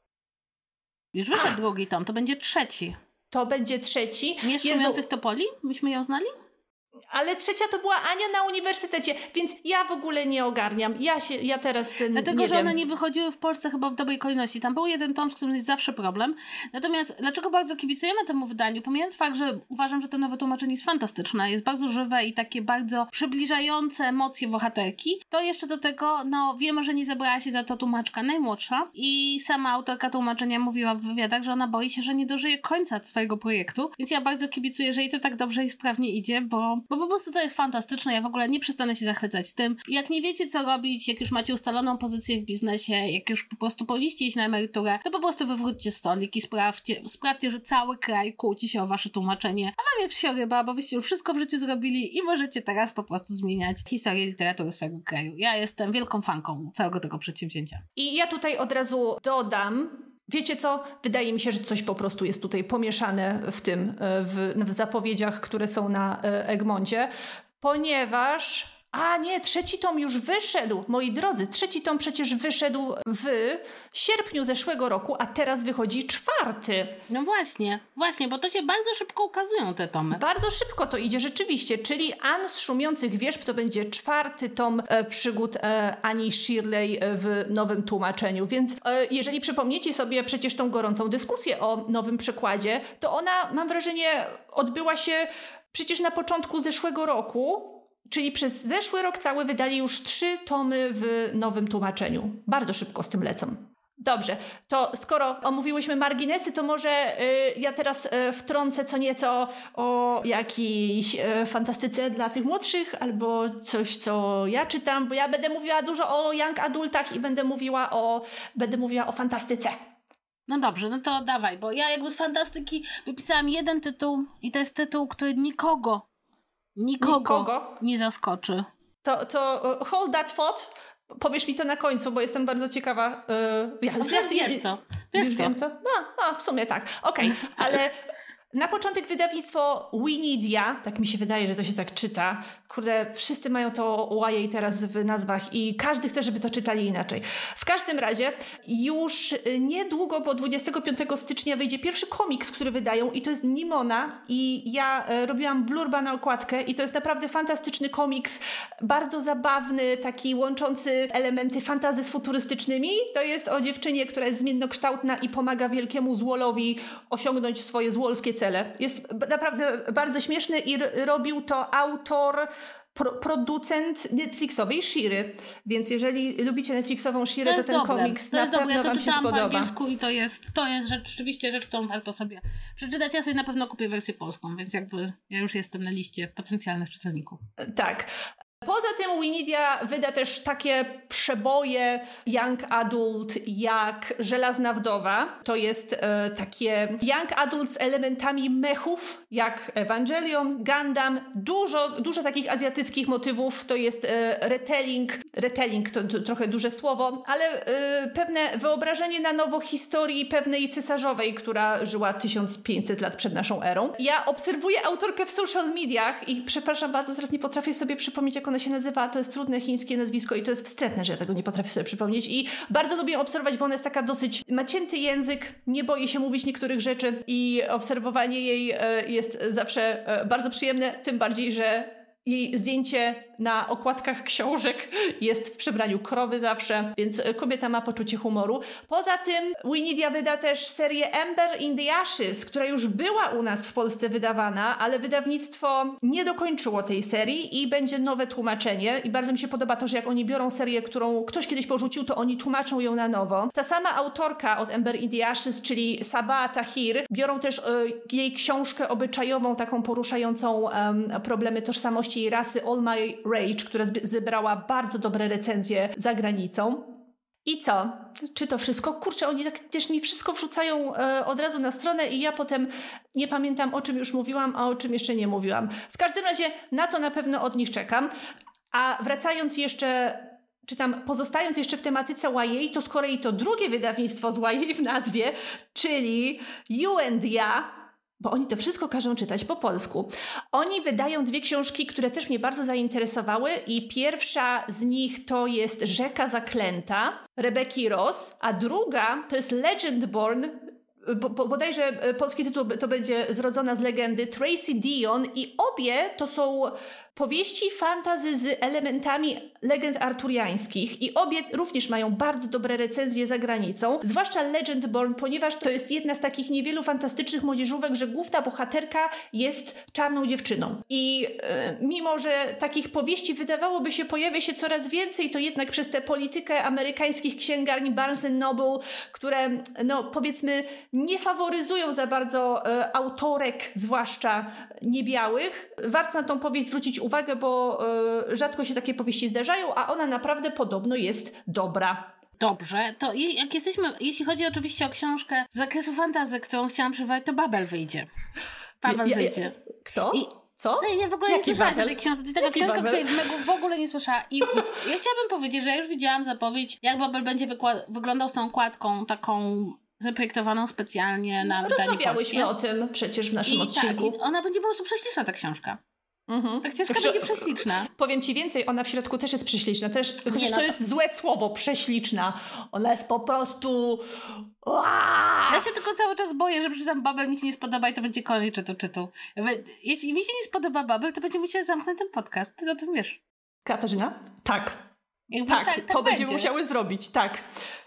Już wyszedł A. drugi tom, to będzie trzeci. To będzie trzeci. Nie z Szumiących Topoli? Myśmy ją znali? Ale trzecia to była Ania na uniwersytecie, więc ja w ogóle nie ogarniam. Ja się, ja teraz ten, Dlatego, nie że wiem. one nie wychodziły w Polsce chyba w dobrej kolejności. Tam był jeden tom, z którym jest zawsze problem. Natomiast dlaczego bardzo kibicujemy temu wydaniu? Pomijając fakt, że uważam, że to nowe tłumaczenie jest fantastyczne, jest bardzo żywe i takie bardzo przybliżające emocje bohaterki, to jeszcze do tego, no wiemy, że nie zabrała się za to tłumaczka najmłodsza i sama autorka tłumaczenia mówiła w wywiadach, że ona boi się, że nie dożyje końca swojego projektu, więc ja bardzo kibicuję, że jej to tak dobrze i sprawnie idzie, bo, bo po prostu to jest fantastyczne, ja w ogóle nie przestanę się zachwycać tym. Jak nie wiecie, co robić, jak już macie ustaloną pozycję w biznesie, jak już po prostu powinniście iść na emeryturę, to po prostu wywróćcie stolik i sprawdźcie, sprawdźcie, że cały kraj kłóci się o wasze tłumaczenie, a wam jest wsioryba, bo wyście już wszystko w życiu zrobili i możecie teraz po prostu zmieniać historię literatury swojego kraju. Ja jestem wielką fanką całego tego przedsięwzięcia. I ja tutaj od razu dodam, wiecie co? Wydaje mi się, że coś po prostu jest tutaj pomieszane w tym, w, w zapowiedziach, które są na Egmoncie, ponieważ... A nie, trzeci tom już wyszedł, moi drodzy, trzeci tom przecież wyszedł w sierpniu zeszłego roku, a teraz wychodzi czwarty. No właśnie, właśnie, bo to się bardzo szybko ukazują te tomy. Bardzo szybko to idzie rzeczywiście, czyli Ann z Szumiących Wierzb to będzie czwarty tom e, przygód e, Ani Shirley w nowym tłumaczeniu, więc e, jeżeli przypomniecie sobie przecież tą gorącą dyskusję o nowym przekładzie, to ona, mam wrażenie, odbyła się przecież na początku zeszłego roku. Czyli przez zeszły rok cały wydali już trzy tomy w nowym tłumaczeniu. Bardzo szybko z tym lecą. Dobrze, to skoro omówiłyśmy marginesy, to może y, ja teraz y, wtrącę co nieco o jakiejś y, fantastyce dla tych młodszych, albo coś, co ja czytam, bo ja będę mówiła dużo o young adultach i będę mówiła o, będę mówiła o fantastyce. No dobrze, no to dawaj, bo ja jakby z fantastyki wypisałam jeden tytuł i to jest tytuł, który nikogo Nikogo, Nikogo nie zaskoczy. To, to uh, hold that thought. Powiesz mi to na końcu, bo jestem bardzo ciekawa. Yy, ja, no, wiesz, wiesz co? Wiesz wiem co? No, no, w sumie tak. Okej, okay. Ale na początek wydawnictwo Winidia, tak mi się wydaje, że to się tak czyta. Kurde, wszyscy mają to Y A teraz w nazwach i każdy chce, żeby to czytali inaczej. W każdym razie już niedługo, bo dwudziestego piątego stycznia wyjdzie pierwszy komiks, który wydają i to jest Nimona i ja e, robiłam blurba na okładkę i to jest naprawdę fantastyczny komiks, bardzo zabawny, taki łączący elementy fantasy z futurystycznymi. To jest o dziewczynie, która jest zmiennokształtna i pomaga wielkiemu złolowi osiągnąć swoje złolskie cele. Jest naprawdę bardzo śmieszny i r- robił to autor, pro- producent Netflixowej Shiry. Więc jeżeli lubicie Netflixową Shirę, to, to ten dobre. komiks to na jest pewno dobre. Ja to wam się czytałam spodoba. po angielsku i to jest, to jest rzeczywiście rzecz, którą warto sobie przeczytać. Ja sobie na pewno kupię wersję polską, więc jakby ja już jestem na liście potencjalnych czytelników. Tak. Poza tym Winidia wyda też takie przeboje young adult jak Żelazna Wdowa. To jest e, takie young adult z elementami mechów jak Evangelion, Gundam. Dużo, dużo takich azjatyckich motywów. To jest e, retelling. Retelling to, to trochę duże słowo, ale e, pewne wyobrażenie na nowo historii pewnej cesarzowej, która żyła tysiąc pięćset lat przed naszą erą. Ja obserwuję autorkę w social mediach i przepraszam bardzo, teraz nie potrafię sobie przypomnieć, jak ona się nazywa, to jest trudne chińskie nazwisko i to jest wstrętne, że ja tego nie potrafię sobie przypomnieć i bardzo lubię obserwować, bo ona jest taka dosyć macięty język, nie boi się mówić niektórych rzeczy i obserwowanie jej e, jest zawsze e, bardzo przyjemne, tym bardziej, że jej zdjęcie na okładkach książek jest w przebraniu krowy zawsze, więc kobieta ma poczucie humoru. Poza tym Winidia wyda też serię Ember in the Ashes, która już była u nas w Polsce wydawana, ale wydawnictwo nie dokończyło tej serii i będzie nowe tłumaczenie i bardzo mi się podoba to, że jak oni biorą serię, którą ktoś kiedyś porzucił, to oni tłumaczą ją na nowo. Ta sama autorka od Ember in the Ashes, czyli Sabaa Tahir, biorą też y, jej książkę obyczajową, taką poruszającą um, problemy tożsamości jej rasy All My Rage, która zebrała bardzo dobre recenzje za granicą. I co? Czy to wszystko? Kurczę, oni tak też mi wszystko wrzucają e, od razu na stronę i ja potem nie pamiętam, o czym już mówiłam, a o czym jeszcze nie mówiłam. W każdym razie na to na pewno od nich czekam. A wracając jeszcze, czy tam pozostając jeszcze w tematyce Y A, to z kolei to drugie wydawnictwo z Y A w nazwie, czyli You and Ja, bo oni to wszystko każą czytać po polsku. Oni wydają dwie książki, które też mnie bardzo zainteresowały i pierwsza z nich to jest Rzeka Zaklęta Rebeki Ross, a druga to jest Legendborn bo, bo, bodajże polski tytuł to będzie Zrodzona z legendy, Tracy Deonn, i obie to są powieści fantasy z elementami legend arturiańskich i obie również mają bardzo dobre recenzje za granicą, zwłaszcza Legendborn, ponieważ to jest jedna z takich niewielu fantastycznych młodzieżówek, że główna bohaterka jest czarną dziewczyną. I e, mimo, że takich powieści wydawałoby się pojawia się coraz więcej, to jednak przez tę politykę amerykańskich księgarni Barnes and Noble, które no powiedzmy nie faworyzują za bardzo e, autorek, zwłaszcza niebiałych, warto na tą powieść zwrócić uwagę, bo y, rzadko się takie powieści zdarzają, a ona naprawdę podobno jest dobra. Dobrze, to je, jak jesteśmy, jeśli chodzi oczywiście o książkę z zakresu fantasy, którą chciałam przywołać, to Babel wyjdzie. Babel ja, ja, wyjdzie. Kto? I, Co? No, ja w ogóle Jaki nie słyszałam Babel? o tej książce. To jest taka Jaki książka, Babel? której w ogóle nie słyszałam. I ja chciałabym powiedzieć, że ja już widziałam zapowiedź, jak Babel będzie wykład- wyglądał z tą okładką taką zaprojektowaną specjalnie na wydanie polskie. Rozmawiałyśmy o tym przecież w naszym I odcinku. tak, i ona będzie po prostu prześliczna, ta książka. Mhm. Ta książka Wśro- będzie prześliczna. Powiem ci więcej, ona w środku też jest prześliczna. Też, chociaż Nie, no to to- jest złe słowo, prześliczna. Ona jest po prostu... Ja się tylko cały czas boję, że przeczytam Babel, mi się nie spodoba i to będzie koniec czytu, czytu. Jeśli mi się nie spodoba Babel, to będzie musiała zamknąć ten podcast. Ty o tym wiesz. Katarzyna? Tak. Jakby Tak, tak, tak to będzie. będziemy musiały zrobić, tak.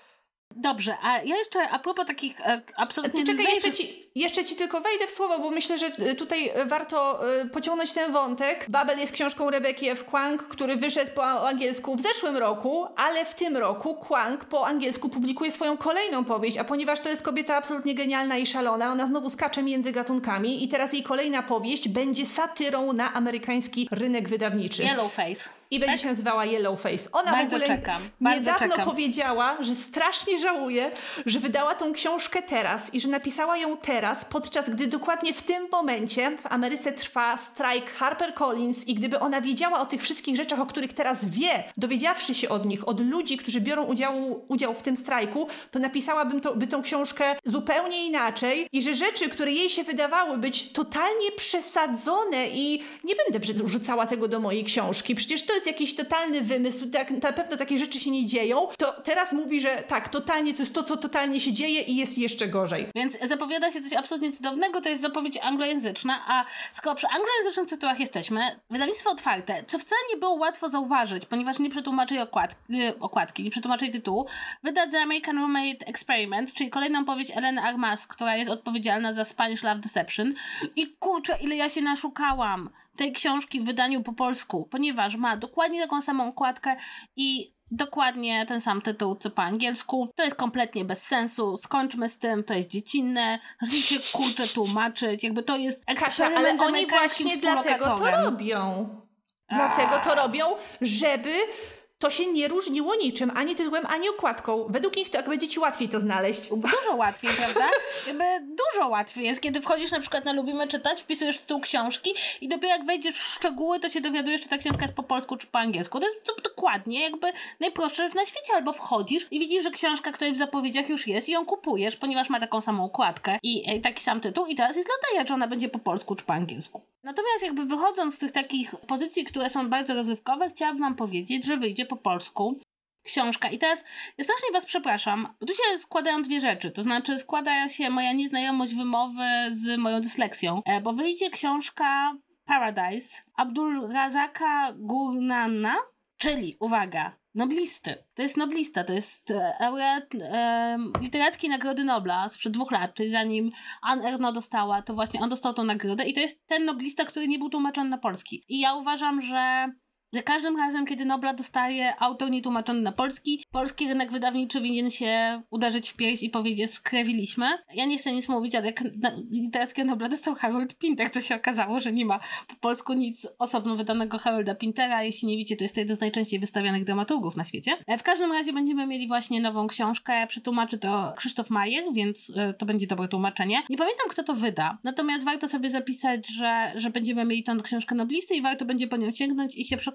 Dobrze, a ja jeszcze a propos takich e, absolutnie Czekaj, lżejszych... jeszcze ci, jeszcze ci tylko wejdę w słowo, bo myślę, że tutaj warto y, pociągnąć ten wątek. Babel jest książką Rebeki F. Kuang, który wyszedł po angielsku w zeszłym roku, ale w tym roku Kuang po angielsku publikuje swoją kolejną powieść, a ponieważ to jest kobieta absolutnie genialna i szalona, ona znowu skacze między gatunkami i teraz jej kolejna powieść będzie satyrą na amerykański rynek wydawniczy. Yellowface. I będzie tak? się nazywała Yellowface. Ona Bardzo w ogóle czekam, bardzo niedawno czekam. powiedziała, że strasznie żałuje, że wydała tą książkę teraz i że napisała ją teraz, podczas gdy dokładnie w tym momencie w Ameryce trwa strajk HarperCollins i gdyby ona wiedziała o tych wszystkich rzeczach, o których teraz wie, dowiedziawszy się od nich, od ludzi, którzy biorą udział, udział w tym strajku, to napisałabym to, by tą książkę zupełnie inaczej i że rzeczy, które jej się wydawały być totalnie przesadzone i nie będę wrzucała tego do mojej książki, przecież to jest jakiś totalny wymysł, tak, na pewno takie rzeczy się nie dzieją, to teraz mówi, że tak, totalnie to jest to, co totalnie się dzieje i jest jeszcze gorzej. Więc zapowiada się coś absolutnie cudownego, to jest zapowiedź anglojęzyczna, a skoro przy anglojęzycznych tytułach jesteśmy, wydawnictwo otwarte, co wcale nie było łatwo zauważyć, ponieważ nie przetłumaczyli okładki, okładki nie przetłumaczyli tytułu, wyda The American Roommate Experiment, czyli kolejną powieść Eleny Armas, która jest odpowiedzialna za Spanish Love Deception. I kurczę, ile ja się naszukałam tej książki w wydaniu po polsku, ponieważ ma dokładnie taką samą okładkę i dokładnie ten sam tytuł, co po angielsku. To jest kompletnie bez sensu. Skończmy z tym, to jest dziecinne. Zacznijcie kurczę tłumaczyć. Jakby to jest eksperyment Kasia, ale z oni amerykańskim właśnie dlatego to współlokatorem. robią. Dlatego to robią, żeby to się nie różniło niczym, ani tytułem, ani okładką. Według nich to jak będzie ci łatwiej to znaleźć. Dużo łatwiej, prawda? Jakby dużo łatwiej jest, kiedy wchodzisz na przykład na Lubimy Czytać, wpisujesz tytuł książki i dopiero jak wejdziesz w szczegóły, to się dowiadujesz, czy ta książka jest po polsku, czy po angielsku. To jest to dokładnie jakby najprostsza rzecz na świecie. Albo wchodzisz i widzisz, że książka, która w zapowiedziach już jest i ją kupujesz, ponieważ ma taką samą okładkę i, i taki sam tytuł i teraz jest loteria, czy ona będzie po polsku, czy po angielsku. Natomiast jakby wychodząc z tych takich pozycji, które są bardzo rozrywkowe, chciałabym wam powiedzieć, że wyjdzie po polsku książka. I teraz ja strasznie was przepraszam, bo tu się składają dwie rzeczy. To znaczy składa się moja nieznajomość wymowy z moją dysleksją, bo wyjdzie książka Paradise Abdul Razaka Gurnana, czyli, uwaga, noblisty. To jest noblista, to jest laureat e, literackiej Nagrody Nobla sprzed dwóch lat, czyli zanim Anne Ernaux dostała, to właśnie on dostał tą nagrodę i to jest ten noblista, który nie był tłumaczony na polski. I ja uważam, że że każdym razem, kiedy Nobla dostaje autor nietłumaczony na polski, polski rynek wydawniczy winien się uderzyć w pierś i powiedzieć, skrewiliśmy. Ja nie chcę nic mówić, ale jak literackie Nobla dostał Harold Pinter, to się okazało, że nie ma po polsku nic osobno wydanego Harolda Pintera. Jeśli nie wiecie, to jest to jeden z najczęściej wystawianych dramaturgów na świecie. W każdym razie będziemy mieli właśnie nową książkę, przetłumaczy to Krzysztof Majer, więc to będzie dobre tłumaczenie. Nie pamiętam, kto to wyda, natomiast warto sobie zapisać, że, że będziemy mieli tą książkę noblisty i warto będzie po nią sięgnąć i się przekonać,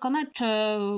przekonać, czy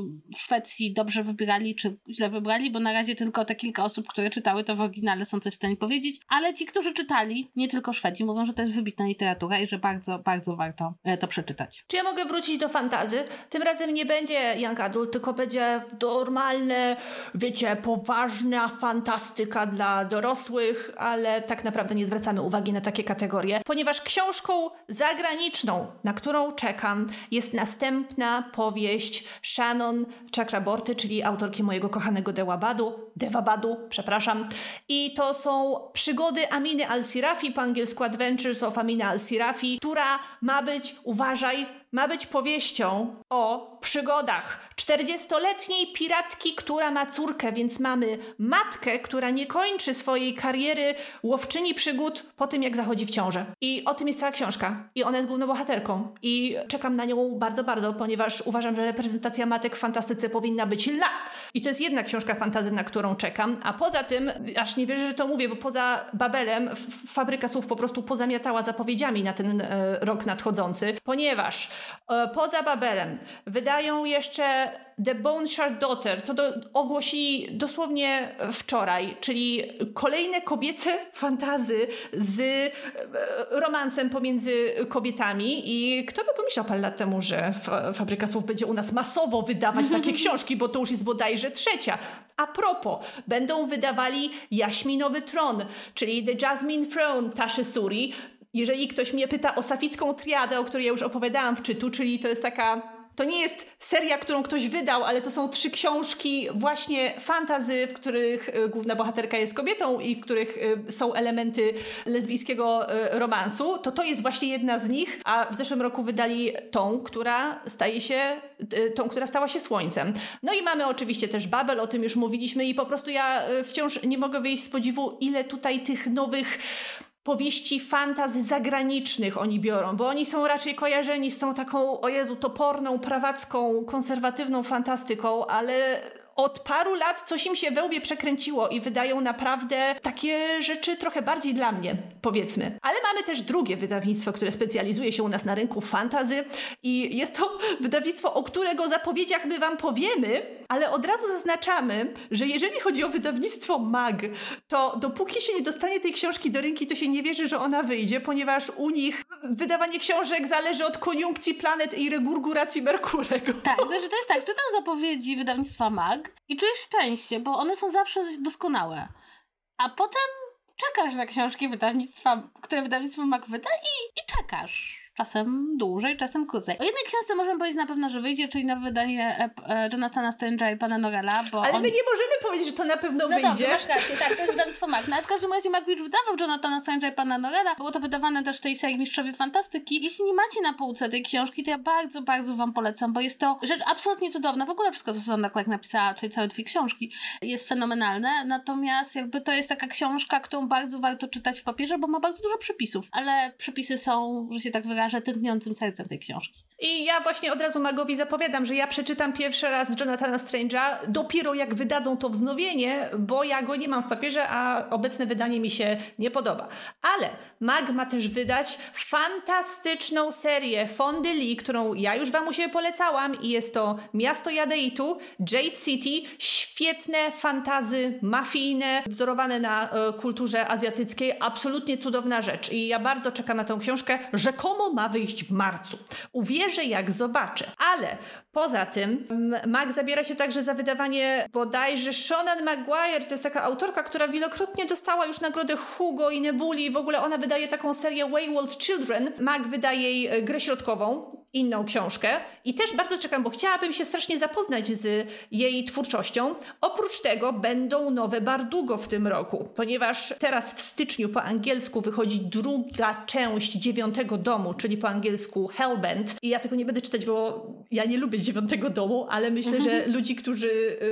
w Szwecji dobrze wybierali, czy źle wybrali, bo na razie tylko te kilka osób, które czytały to w oryginale, są coś w stanie powiedzieć, ale ci, którzy czytali, nie tylko Szwedzi, mówią, że to jest wybitna literatura i że bardzo, bardzo warto to przeczytać. Czy ja mogę wrócić do fantasy? Tym razem nie będzie young adult, tylko będzie normalne, wiecie, poważna fantastyka dla dorosłych, ale tak naprawdę nie zwracamy uwagi na takie kategorie, ponieważ książką zagraniczną, na którą czekam, jest następna powieść Shannon Chakraborty, czyli autorki mojego kochanego Dewabadu, Devabadu, przepraszam. I to są przygody Aminy Al-Sirafi, po angielsku Adventures of Amina Al-Sirafi, która ma być, uważaj, ma być powieścią o przygodach czterdziestoletniej piratki, która ma córkę, więc mamy matkę, która nie kończy swojej kariery łowczyni przygód po tym, jak zachodzi w ciążę. I o tym jest cała książka. I ona jest główną bohaterką. I czekam na nią bardzo, bardzo, ponieważ uważam, że reprezentacja matek w fantastyce powinna być la. I to jest jedna książka fantasy, na którą czekam. A poza tym, aż nie wierzę, że to mówię, bo poza Babelem f- Fabryka Słów po prostu pozamiatała zapowiedziami na ten e, rok nadchodzący, ponieważ e, poza Babelem wydają jeszcze The Bone Shard Daughter, to do, ogłosili dosłownie wczoraj, czyli kolejne kobiece fantazy z e, romansem pomiędzy kobietami i kto by pomyślał parę lat temu, że F- Fabryka Słów będzie u nas masowo wydawać takie książki, bo to już jest bodajże trzecia. A propos, będą wydawali Jaśminowy Tron, czyli The Jasmine Throne Taszy Suri. Jeżeli ktoś mnie pyta o saficką triadę, o której ja już opowiadałam w czytu, czyli to jest taka... To nie jest seria, którą ktoś wydał, ale to są trzy książki właśnie fantasy, w których y, główna bohaterka jest kobietą i w których y, są elementy lesbijskiego y, romansu. To to jest właśnie jedna z nich, a w zeszłym roku wydali tą, która staje się, y, tą, która stała się Słońcem. No i mamy oczywiście też Babel, o tym już mówiliśmy i po prostu ja y, wciąż nie mogę wyjść z podziwu, ile tutaj tych nowych powieści fantasy zagranicznych oni biorą, bo oni są raczej kojarzeni z tą taką, o Jezu, toporną, prawacką, konserwatywną fantastyką, ale od paru lat coś im się we łbie przekręciło i wydają naprawdę takie rzeczy trochę bardziej dla mnie, powiedzmy. Ale mamy też drugie wydawnictwo, które specjalizuje się u nas na rynku fantasy i jest to wydawnictwo, o którego zapowiedziach my wam powiemy, ale od razu zaznaczamy, że jeżeli chodzi o wydawnictwo Mag, to dopóki się nie dostanie tej książki do ręki, to się nie wierzy, że ona wyjdzie, ponieważ u nich wydawanie książek zależy od koniunkcji planet i regurguracji Merkurego. Tak, znaczy to jest tak, czytam zapowiedzi wydawnictwa Mag i czujesz szczęście, bo one są zawsze doskonałe. A potem czekasz na książki wydawnictwa, które wydawnictwo Mag wyda i, i czekasz. Czasem dłużej, czasem krócej. O jednej książce możemy powiedzieć na pewno, że wyjdzie, czyli na wydanie e, e, Jonathana Strange'a i pana Norrella, bo Ale on... my nie możemy powiedzieć, że to na pewno no wyjdzie. No dobrze, masz rację, tak, to jest wydawnictwo Mag. No ale w każdym razie Mag już wydawał Jonathana Strange'a i pana Norrella. Było to wydawane też w tej serii Mistrzowie Fantastyki. Jeśli nie macie na półce tej książki, to ja bardzo, bardzo wam polecam, bo jest to rzecz absolutnie cudowna. W ogóle wszystko, co Susanna Clarke napisała, czyli całe dwie książki, jest fenomenalne. Natomiast jakby to jest taka książka, którą bardzo warto czytać w papierze, bo ma bardzo dużo przepisów. Ale przepisy są, że się tak wyrażę, tętniącym sercem tej książki. I ja właśnie od razu Magowi zapowiadam, że ja przeczytam pierwszy raz Jonathana Strange'a dopiero jak wydadzą to wznowienie, bo ja go nie mam w papierze, a obecne wydanie mi się nie podoba. Ale Mag ma też wydać fantastyczną serię Fondy Lee, którą ja już wam u siebie polecałam i jest to Miasto Jadeitu, Jade City, świetne fantazy mafijne, wzorowane na e, kulturze azjatyckiej, absolutnie cudowna rzecz i ja bardzo czekam na tę książkę, rzekomo ma wyjść w marcu. Uwierzę, jak zobaczę. Ale poza tym Mag zabiera się także za wydawanie bodajże Shonan Maguire, to jest taka autorka, która wielokrotnie dostała już nagrodę Hugo i Nebuli, w ogóle ona wydaje taką serię Wayward Children. Mag wydaje jej grę środkową, inną książkę i też bardzo czekam, bo chciałabym się strasznie zapoznać z jej twórczością. Oprócz tego będą nowe Bardugo w tym roku, ponieważ teraz w styczniu po angielsku wychodzi druga część Dziewiątego Domu, czyli po angielsku Hellbent. I ja tego nie będę czytać, bo ja nie lubię Dziewiątego Domu, ale myślę, że ludzi, którzy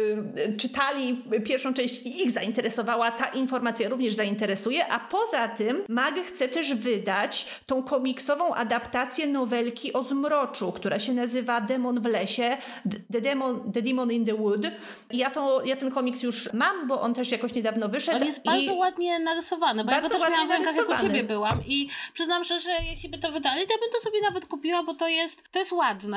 y, czytali pierwszą część i ich zainteresowała, ta informacja również zainteresuje. A poza tym Mag chce też wydać tą komiksową adaptację nowelki o zmroczu, która się nazywa Demon w lesie, The Demon, The Demon in the Wood. I ja, to, ja ten komiks już mam, bo on też jakoś niedawno wyszedł. On jest bardzo i ładnie narysowany, bo ja go też miałam w rękach, jak u ciebie byłam i przyznam szczerze, że jeśli by to wydali, to ja bym to sobie nawet kupiła, bo to jest, to jest ładne i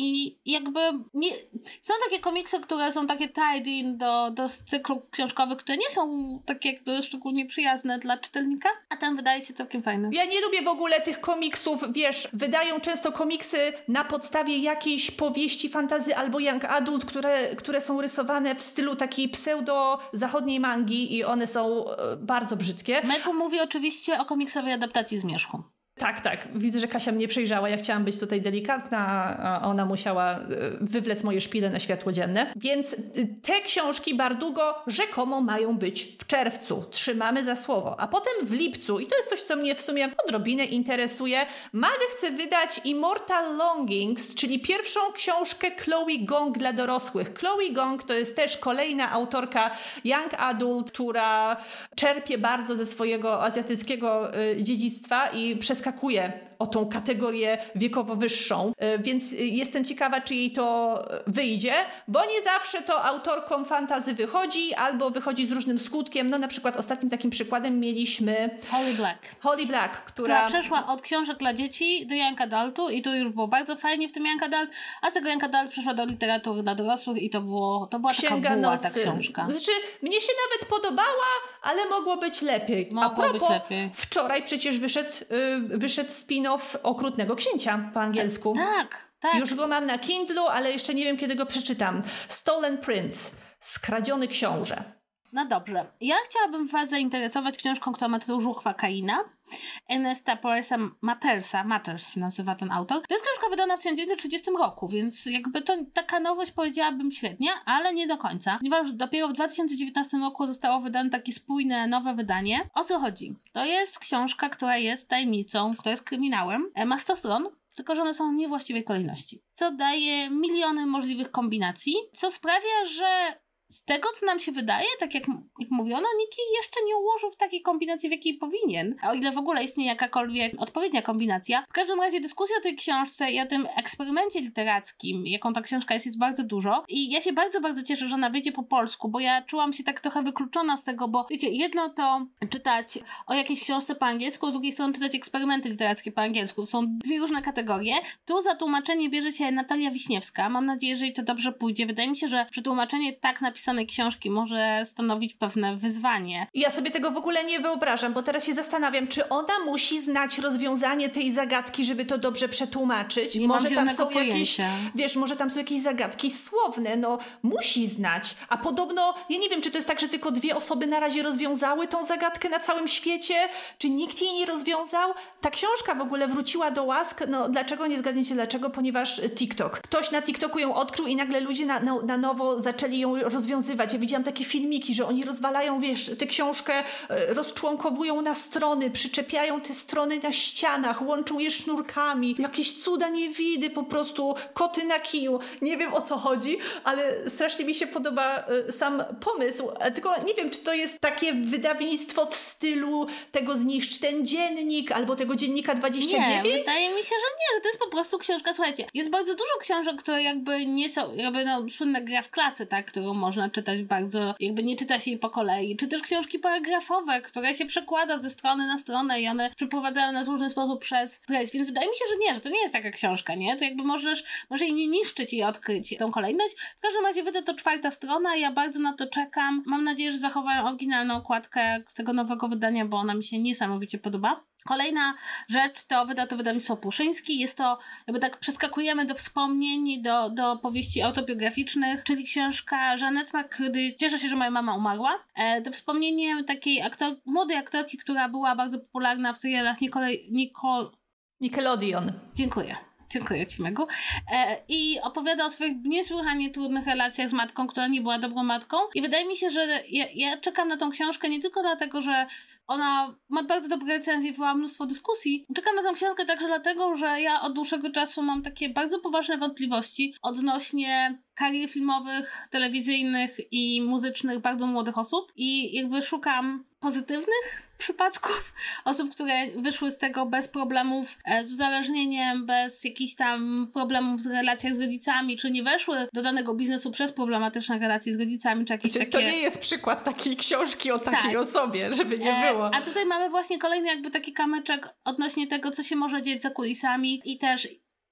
I jakby nie, są takie komiksy, które są takie tied-in do, do cyklów książkowych, które nie są takie jakby szczególnie przyjazne dla czytelnika, a ten wydaje się całkiem fajny. Ja nie lubię w ogóle tych komiksów, wiesz, wydają często komiksy na podstawie jakiejś powieści fantasy albo young adult, które, które są rysowane w stylu takiej pseudo-zachodniej mangi i one są e, bardzo brzydkie. Megu mówi oczywiście o komiksowej adaptacji Zmierzchu. Tak, tak. Widzę, że Kasia mnie przejrzała. Ja chciałam być tutaj delikatna, a ona musiała wywlec moje szpile na światło dzienne. Więc te książki Bardugo rzekomo mają być w czerwcu. Trzymamy za słowo. A potem w lipcu, i to jest coś, co mnie w sumie odrobinę interesuje, Mage chce wydać Immortal Longings, czyli pierwszą książkę Chloe Gong dla dorosłych. Chloe Gong to jest też kolejna autorka young adult, która czerpie bardzo ze swojego azjatyckiego y, dziedzictwa i przeskakuje o tą kategorię wiekowo wyższą, więc jestem ciekawa, czy jej to wyjdzie, bo nie zawsze to autorkom fantasy wychodzi, albo wychodzi z różnym skutkiem. No na przykład ostatnim takim przykładem mieliśmy Holly Black. Holly Black, która... która przeszła od książek dla dzieci do young adultu i to już było bardzo fajnie w tym young adult, a z tego young adult przeszła do literatury dla dorosłych i to było, to była Księga taka buła nocy. ta książka. Znaczy, mnie się nawet podobała, ale mogło być lepiej. Mogło A propos, być lepiej. wczoraj przecież wyszedł, yy, wyszedł spin-off Okrutnego Księcia po angielsku. Tak, tak. Już go mam na Kindlu, ale jeszcze nie wiem, kiedy go przeczytam. Stolen Prince. Skradziony książę. No dobrze. Ja chciałabym was zainteresować książką, która ma tytuł Żuchwa Kaina. Ernesta Porresa Mattersa, Matters się nazywa ten autor. To jest książka wydana w tysiąc dziewięćset trzydziestym roku, więc jakby to taka nowość, powiedziałabym, średnia, ale nie do końca. Ponieważ dopiero w dwa tysiące dziewiętnastym roku zostało wydane takie spójne, nowe wydanie. O co chodzi? To jest książka, która jest tajemnicą, która jest kryminałem. Ma sto stron, tylko że one są w niewłaściwej kolejności. Co daje miliony możliwych kombinacji, co sprawia, że z tego, co nam się wydaje, tak jak, jak mówiono, nikt jej jeszcze nie ułożył w takiej kombinacji, w jakiej powinien. A o ile w ogóle istnieje jakakolwiek odpowiednia kombinacja. W każdym razie dyskusja o tej książce i o tym eksperymencie literackim, jaką ta książka jest, jest bardzo dużo. I ja się bardzo, bardzo cieszę, że ona wyjdzie po polsku, bo ja czułam się tak trochę wykluczona z tego, bo wiecie, jedno to czytać o jakiejś książce po angielsku, z drugiej strony czytać eksperymenty literackie po angielsku. To są dwie różne kategorie. Tu za tłumaczenie bierze się Natalia Wiśniewska. Mam nadzieję, że jej to dobrze pójdzie. Wydaje mi się, że przetłumaczenie tak napisanej książki może stanowić pewne wyzwanie. Ja sobie tego w ogóle nie wyobrażam, bo teraz się zastanawiam, czy ona musi znać rozwiązanie tej zagadki, żeby to dobrze przetłumaczyć. Nie może mam tam są pojęcia. jakieś, wiesz, może tam są jakieś zagadki słowne, no musi znać. A podobno, ja nie wiem, czy to jest tak, że tylko dwie osoby na razie rozwiązały tą zagadkę na całym świecie, czy nikt jej nie rozwiązał. Ta książka w ogóle wróciła do łask, no dlaczego, nie zgadniecie dlaczego, ponieważ TikTok. Ktoś na TikToku ją odkrył i nagle ludzie na, na, na nowo zaczęli ją rozwiązywać. Ja widziałam takie filmiki, że oni rozwalają, wiesz, tę książkę, rozczłonkowują na strony, przyczepiają te strony na ścianach, łączą je sznurkami. Jakieś cuda niewidy, po prostu koty na kiju. Nie wiem, o co chodzi, ale strasznie mi się podoba sam pomysł. Tylko nie wiem, czy to jest takie wydawnictwo w stylu tego Zniszcz ten dziennik, albo tego Dziennika dwadzieścia dziewięć? Nie, wydaje mi się, że nie, że to jest po prostu książka. Słuchajcie, jest bardzo dużo książek, które jakby nie są, jakby no, słynna Gra w klasy, tak, którą można czytać bardzo, jakby nie czyta się jej po kolei, czy też książki paragrafowe, które się przekłada ze strony na stronę i one przeprowadzają na różny sposób przez treść, więc wydaje mi się, że nie, że to nie jest taka książka, nie? To jakby możesz, może jej nie niszczyć i odkryć tą kolejność. W każdym razie wyda to czwarta strona, ja bardzo na to czekam. Mam nadzieję, że zachowają oryginalną okładkę z tego nowego wydania, bo ona mi się niesamowicie podoba. Kolejna rzecz to wyda to wydawnictwo Puszyński. Jest to, jakby tak przeskakujemy do wspomnień, do, do powieści autobiograficznych, czyli książka Jeanette McCurdy Cieszę się, że moja mama umarła. E, to wspomnienie takiej aktor, młodej aktorki, która była bardzo popularna w serialach Nicole... Nicole... Nickelodeon. Dziękuję. Dziękuję Ci, Megu. E, I opowiada o swoich niesłychanie trudnych relacjach z matką, która nie była dobrą matką. I wydaje mi się, że ja, ja czekam na tą książkę nie tylko dlatego, że ona ma bardzo dobre recenzje, wywołała mnóstwo dyskusji. Czekam na tą książkę także dlatego, że ja od dłuższego czasu mam takie bardzo poważne wątpliwości odnośnie karier filmowych, telewizyjnych i muzycznych bardzo młodych osób. I jakby szukam pozytywnych przypadków osób, które wyszły z tego bez problemów z uzależnieniem, bez jakichś tam problemów z relacjach z rodzicami, czy nie weszły do danego biznesu przez problematyczne relacje z rodzicami, czy jakieś znaczy, takie... To nie jest przykład takiej książki o takiej tak. osobie, żeby nie było. E, a tutaj mamy właśnie kolejny jakby taki kamyczek odnośnie tego, co się może dziać za kulisami i też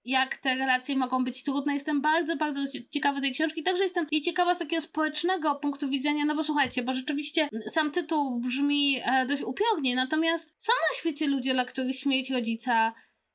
jak te relacje mogą być trudne. Jestem bardzo, bardzo ciekawa tej książki. Także jestem jej ciekawa z takiego społecznego punktu widzenia, no bo słuchajcie, bo rzeczywiście sam tytuł brzmi e, dość upiornie, natomiast są na świecie ludzie, dla których śmierć rodzica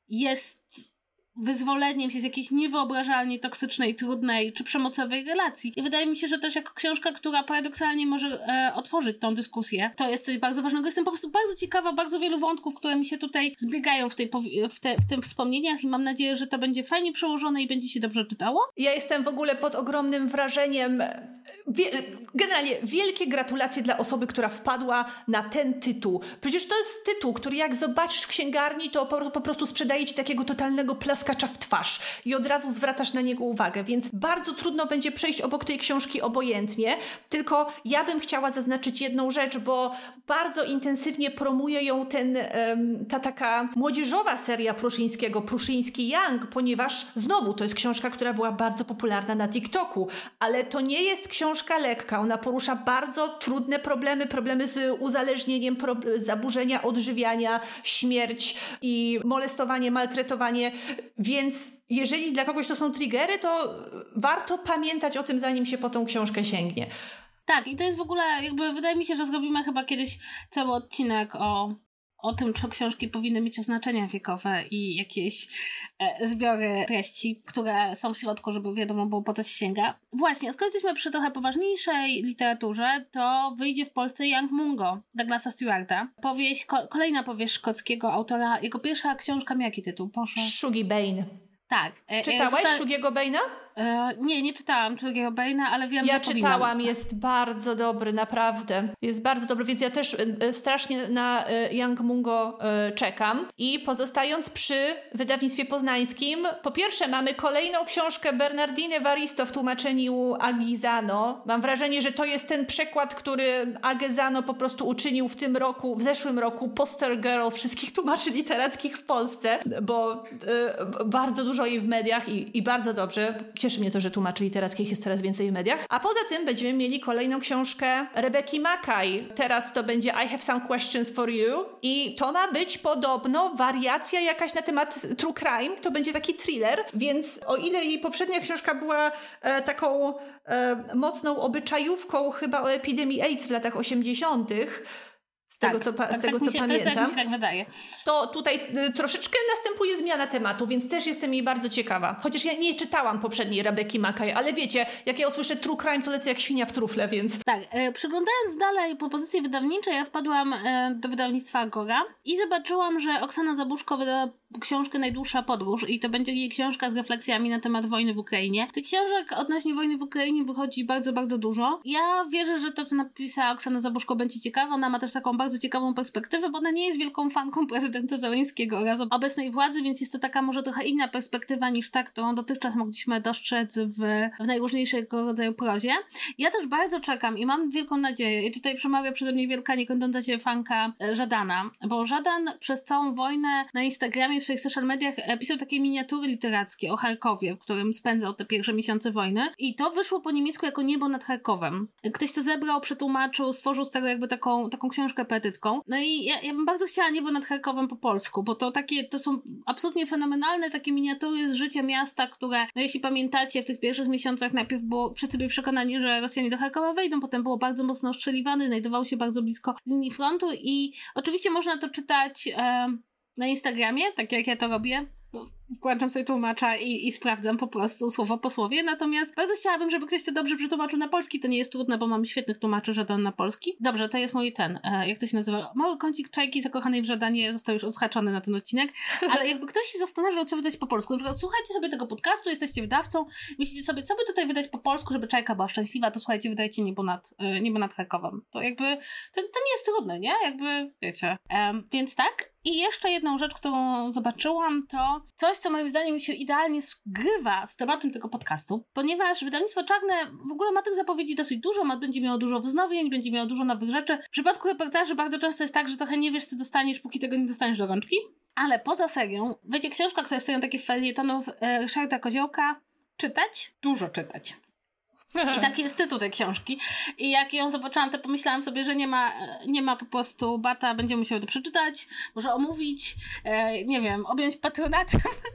jest wyzwoleniem się z jakiejś niewyobrażalnie toksycznej, trudnej czy przemocowej relacji. I wydaje mi się, że też jako książka, która paradoksalnie może e, otworzyć tą dyskusję, to jest coś bardzo ważnego. Jestem po prostu bardzo ciekawa bardzo wielu wątków, które mi się tutaj zbiegają w, tej, w, te, w tym wspomnieniach i mam nadzieję, że to będzie fajnie przełożone i będzie się dobrze czytało. Ja jestem w ogóle pod ogromnym wrażeniem. Wie, generalnie wielkie gratulacje dla osoby, która wpadła na ten tytuł. Przecież to jest tytuł, który jak zobaczysz w księgarni, to po, po prostu sprzedaje ci takiego totalnego plaskacza w twarz i od razu zwracasz na niego uwagę, więc bardzo trudno będzie przejść obok tej książki obojętnie, tylko ja bym chciała zaznaczyć jedną rzecz, bo bardzo intensywnie promuje ją ten, um, ta taka młodzieżowa seria Pruszyńskiego, Pruszyński Young, ponieważ znowu to jest książka, która była bardzo popularna na TikToku, ale to nie jest książka lekka, ona porusza bardzo trudne problemy, problemy z uzależnieniem, pro, zaburzenia odżywiania, śmierć i molestowanie, maltretowanie, więc jeżeli dla kogoś to są triggery, to warto pamiętać o tym, zanim się po tą książkę sięgnie. Tak, i to jest w ogóle, jakby wydaje mi się, że zrobimy chyba kiedyś cały odcinek o, o tym, czy książki powinny mieć oznaczenia wiekowe i jakieś e, zbiory treści, które są w środku, żeby wiadomo było, po co się sięga. Właśnie, skoro jesteśmy przy trochę poważniejszej literaturze, to wyjdzie w Polsce Young Mungo Douglasa Stewarta. Powieść, ko- kolejna powieść szkockiego autora. Jego pierwsza książka miała jaki tytuł? Proszę. Shuggie Bain. Tak. E, Czytałaś sta- Shuggiego Baina? E, nie, nie czytałam Shuggiego Baina, ale wiem, ja że powinnam. Ja czytałam, jest bardzo dobry, naprawdę. Jest bardzo dobry, więc ja też y, strasznie na y, Young Mungo y, czekam. I pozostając przy wydawnictwie poznańskim, po pierwsze mamy kolejną książkę Bernardiny Evaristo w tłumaczeniu Agi Zano. Mam wrażenie, że to jest ten przekład, który Agę Zano po prostu uczynił w tym roku, w zeszłym roku poster girl wszystkich tłumaczy literackich w Polsce, bo y, bardzo dużo jej w mediach i, i bardzo dobrze. Cieszy mnie to, że tłumaczy literackich jest coraz więcej w mediach. A poza tym będziemy mieli kolejną książkę Rebeki Mackay. Teraz to będzie I Have Some Questions for You i to ma być podobno wariacja jakaś na temat true crime. To będzie taki thriller, więc o ile jej poprzednia książka była e, taką e, mocną obyczajówką chyba o epidemii AIDS w latach osiemdziesiątych, z tak, tego, co, pa- tak, z tego, tak co się, pamiętam. To jest, tak mi się tak wydaje. To tutaj y, troszeczkę następuje zmiana tematu, więc też jestem jej bardzo ciekawa. Chociaż ja nie czytałam poprzedniej Rebeki Mackay, ale wiecie, jak ja usłyszę true crime, to lecę jak świnia w trufle, więc... Tak, e, przeglądając dalej propozycje wydawnicze, ja wpadłam e, do wydawnictwa Agora i zobaczyłam, że Oksana Zabuszko wydała książkę Najdłuższa podróż i to będzie jej książka z refleksjami na temat wojny w Ukrainie. Tych książek odnośnie wojny w Ukrainie wychodzi bardzo, bardzo dużo. Ja wierzę, że to, co napisała Oksana Zabuszko, będzie ciekawe. Ona ma też taką bardzo ciekawą perspektywę, bo ona nie jest wielką fanką prezydenta Zełenskiego oraz obecnej władzy, więc jest to taka może trochę inna perspektywa niż ta, którą dotychczas mogliśmy dostrzec w, w najróżniejszego rodzaju prozie. Ja też bardzo czekam i mam wielką nadzieję, i tutaj przemawia przeze mnie wielka, niekończąca się fanka Żadana, bo Żadan przez całą wojnę na Instagramie, w swoich social mediach pisał takie miniatury literackie o Charkowie, w którym spędzał te pierwsze miesiące wojny i to wyszło po niemiecku jako Niebo nad Charkowem. Ktoś to zebrał, przetłumaczył, stworzył z tego jakby taką, taką książkę poetycką. No i ja, ja bym bardzo chciała Niebo nad Charkowem po polsku, bo to takie, to są absolutnie fenomenalne takie miniatury z życia miasta, które, no jeśli pamiętacie, w tych pierwszych miesiącach najpierw było, wszyscy byli przekonani, że Rosjanie do Charkowa wejdą, potem było bardzo mocno ostrzeliwany, znajdował się bardzo blisko linii frontu i oczywiście można to czytać e, na Instagramie, tak jak ja to robię. Włączam sobie tłumacza i, i sprawdzam po prostu słowo po słowie, natomiast bardzo chciałabym, żeby ktoś to dobrze przetłumaczył na polski, to nie jest trudne, bo mamy świetnych tłumaczy Żadan na polski. Dobrze, to jest mój ten, e, jak to się nazywa, mały kącik czajki zakochanej w Żadanie został już odhaczony na ten odcinek, ale jakby ktoś się zastanawiał, co wydać po polsku, na przykład słuchajcie sobie tego podcastu, jesteście wydawcą, myślicie sobie, co by tutaj wydać po polsku, żeby czajka była szczęśliwa, to słuchajcie, wydajcie Niebo nad, e, Niebo nad Charkowem. To jakby, to, to nie jest trudne, nie? Jakby, wiecie. E, więc tak. I jeszcze jedną rzecz, którą zobaczyłam, to coś, co moim zdaniem się idealnie zgrywa z tematem tego podcastu, ponieważ wydawnictwo Czarne w ogóle ma tych zapowiedzi dosyć dużo, ma, będzie miało dużo wznowień, będzie miało dużo nowych rzeczy. W przypadku reportaży bardzo często jest tak, że trochę nie wiesz, co dostaniesz, póki tego nie dostaniesz do rączki. Ale poza serią wyjdzie książka, która stoją takie felietonów e, Ryszarda Koziołka. Czytać? Dużo czytać. I taki jest tytuł tej książki. I jak ją zobaczyłam, to pomyślałam sobie, że nie ma, nie ma po prostu bata, będziemy musiały to przeczytać, może omówić, e, nie wiem, objąć patronatem,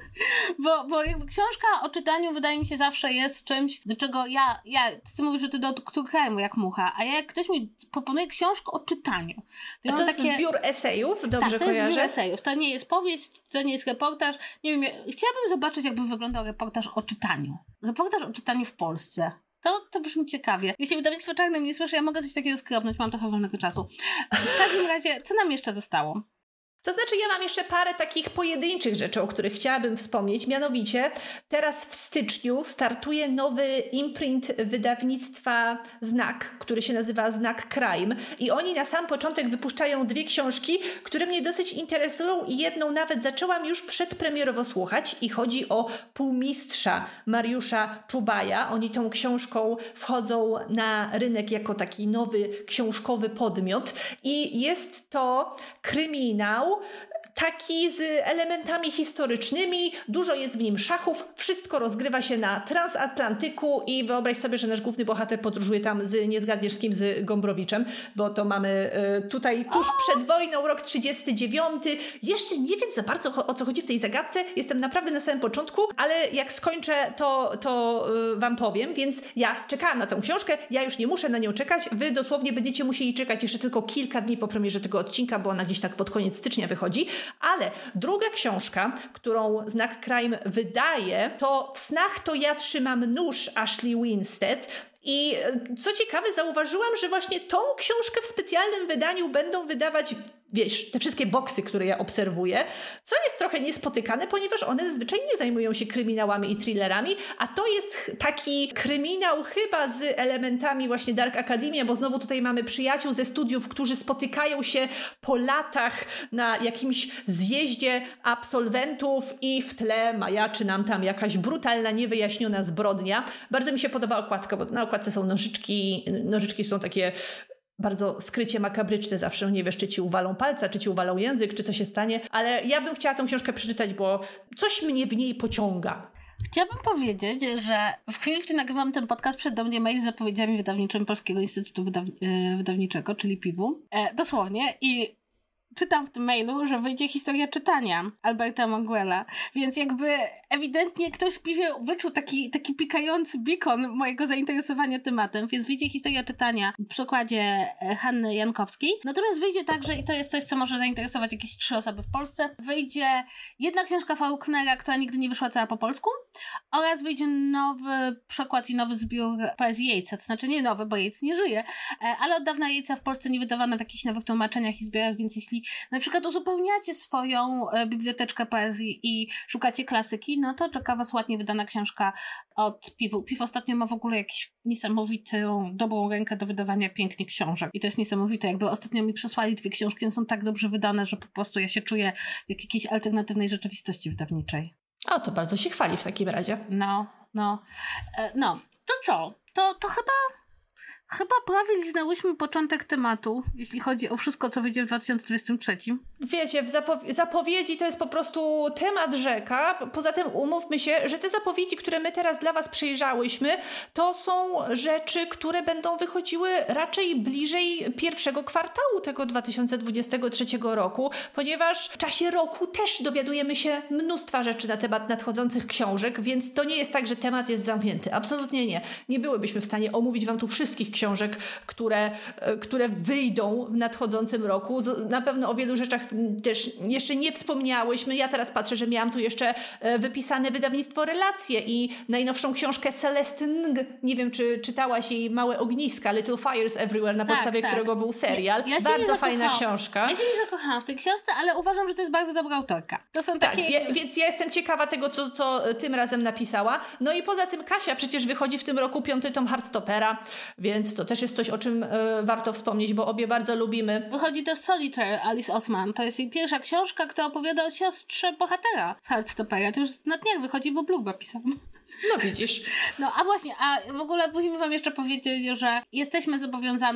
bo, bo jakby książka o czytaniu wydaje mi się zawsze jest czymś, do czego ja, ja ty mówisz, że ty do krajmu jak mucha, a ja jak ktoś mi proponuje książkę o czytaniu. To, to jest takie... zbiór esejów, dobrze tak, to kojarzę? jest zbiór esejów, to nie jest powieść, to nie jest reportaż, nie wiem, ja, chciałabym zobaczyć, jakby wyglądał reportaż o czytaniu. Reportaż o czytaniu w Polsce. To, to brzmi ciekawie. Jeśli wydawnictwo Czarnym nie słyszę, ja mogę coś takiego skrobnąć, mam trochę wolnego czasu. W każdym razie, co nam jeszcze zostało? To znaczy ja mam jeszcze parę takich pojedynczych rzeczy, o których chciałabym wspomnieć. Mianowicie teraz w styczniu startuje nowy imprint wydawnictwa Znak, który się nazywa Znak Crime. I oni na sam początek wypuszczają dwie książki, które mnie dosyć interesują i jedną nawet zaczęłam już przedpremierowo słuchać i chodzi o Półmistrza Mariusza Czubaja. Oni tą książką wchodzą na rynek jako taki nowy książkowy podmiot i jest to kryminał taki z elementami historycznymi, dużo jest w nim szachów, wszystko rozgrywa się na transatlantyku i wyobraź sobie, że nasz główny bohater podróżuje tam z, nie zgadniesz z kim, z Gombrowiczem, bo to mamy y, tutaj tuż przed wojną, rok trzydziesty dziewiąty. Jeszcze nie wiem za bardzo o co chodzi w tej zagadce, jestem naprawdę na samym początku, ale jak skończę, to, to y, wam powiem, więc ja czekałam na tę książkę, ja już nie muszę na nią czekać, wy dosłownie będziecie musieli czekać jeszcze tylko kilka dni po premierze tego odcinka, bo ona gdzieś tak pod koniec stycznia wychodzi. Ale druga książka, którą Znak Crime wydaje, to W snach to ja trzymam nóż Ashley Winstead. I co ciekawe, zauważyłam, że właśnie tą książkę w specjalnym wydaniu będą wydawać, wiesz, te wszystkie boksy, które ja obserwuję, co jest trochę niespotykane, ponieważ one zazwyczaj nie zajmują się kryminałami i thrillerami, a to jest taki kryminał chyba z elementami właśnie Dark Academia, bo znowu tutaj mamy przyjaciół ze studiów, którzy spotykają się po latach na jakimś zjeździe absolwentów i w tle majaczy nam tam jakaś brutalna, niewyjaśniona zbrodnia. Bardzo mi się podoba okładka, bo na okładce są nożyczki, nożyczki są takie bardzo skrycie makabryczne, zawsze nie wiesz, czy ci uwalą palca, czy ci uwalą język, czy co się stanie, ale ja bym chciała tę książkę przeczytać, bo coś mnie w niej pociąga. Chciałabym powiedzieć, że w chwili, w której nagrywam ten podcast, przed do mnie mail z zapowiedziami wydawniczymi Polskiego Instytutu Wydaw- Wydawniczego, czyli piwu. E, dosłownie. I czytam w tym mailu, że wyjdzie historia czytania Alberta Manguela, więc jakby ewidentnie ktoś w piwie wyczuł taki, taki pikający beacon mojego zainteresowania tematem, więc wyjdzie historia czytania w przykładzie Hanny Jankowskiej. Natomiast wyjdzie także, i to jest coś, co może zainteresować jakieś trzy osoby w Polsce, wyjdzie jedna książka Faulknera, która nigdy nie wyszła cała po polsku, oraz wyjdzie nowy przekład i nowy zbiór poezji Yatesa, to znaczy nie nowy, bo Yates nie żyje, ale od dawna Yatesa w Polsce nie wydawano w jakichś nowych tłumaczeniach i zbiorach, więc jeśli na przykład uzupełniacie swoją e, biblioteczkę poezji i szukacie klasyki, no to czeka was ładnie wydana książka od Piwu. Piw ostatnio ma w ogóle jakiś niesamowitą, dobrą rękę do wydawania pięknie książek. I to jest niesamowite. Jakby ostatnio mi przesłali dwie książki, one są tak dobrze wydane, że po prostu ja się czuję w jakiejś alternatywnej rzeczywistości wydawniczej. O, to bardzo się chwali w takim razie. No, no. E, no, to co? To, to chyba... Chyba prawie liznęłyśmy początek tematu, jeśli chodzi o wszystko, co wyjdzie w dwa tysiące dwudziestym trzecim. Wiecie, w zapow- zapowiedzi to jest po prostu temat rzeka. Poza tym umówmy się, że te zapowiedzi, które my teraz dla was przejrzałyśmy, to są rzeczy, które będą wychodziły raczej bliżej pierwszego kwartału tego dwa tysiące dwudziestego trzeciego roku, ponieważ w czasie roku też dowiadujemy się mnóstwa rzeczy na temat nadchodzących książek, więc to nie jest tak, że temat jest zamknięty. Absolutnie nie. Nie byłybyśmy w stanie omówić wam tu wszystkich książek, które, które wyjdą w nadchodzącym roku. Na pewno o wielu rzeczach też jeszcze nie wspomniałyśmy. Ja teraz patrzę, że miałam tu jeszcze wypisane wydawnictwo Relacje i najnowszą książkę Celeste Ng. Nie wiem, czy czytałaś jej Małe ogniska, Little Fires Everywhere, na tak, podstawie tak. którego był serial. Ja, ja bardzo fajna książka. Ja się nie zakochałam w tej książce, ale uważam, że to jest bardzo dobra autorka. To są tak, takie... ja, więc ja jestem ciekawa tego, co, co tym razem napisała. No i poza tym Kasia przecież wychodzi w tym roku piąty tom Heartstoppera, więc to też jest coś, o czym y, warto wspomnieć, bo obie bardzo lubimy. Wychodzi też Solitaire Alice Osman. To jest jej pierwsza książka, która opowiada o siostrze bohatera z Heartstoppera. To już na dniach wychodzi, bo blogba pisałam. No widzisz. No a właśnie, a w ogóle musimy wam jeszcze powiedzieć, że jesteśmy zobowiązane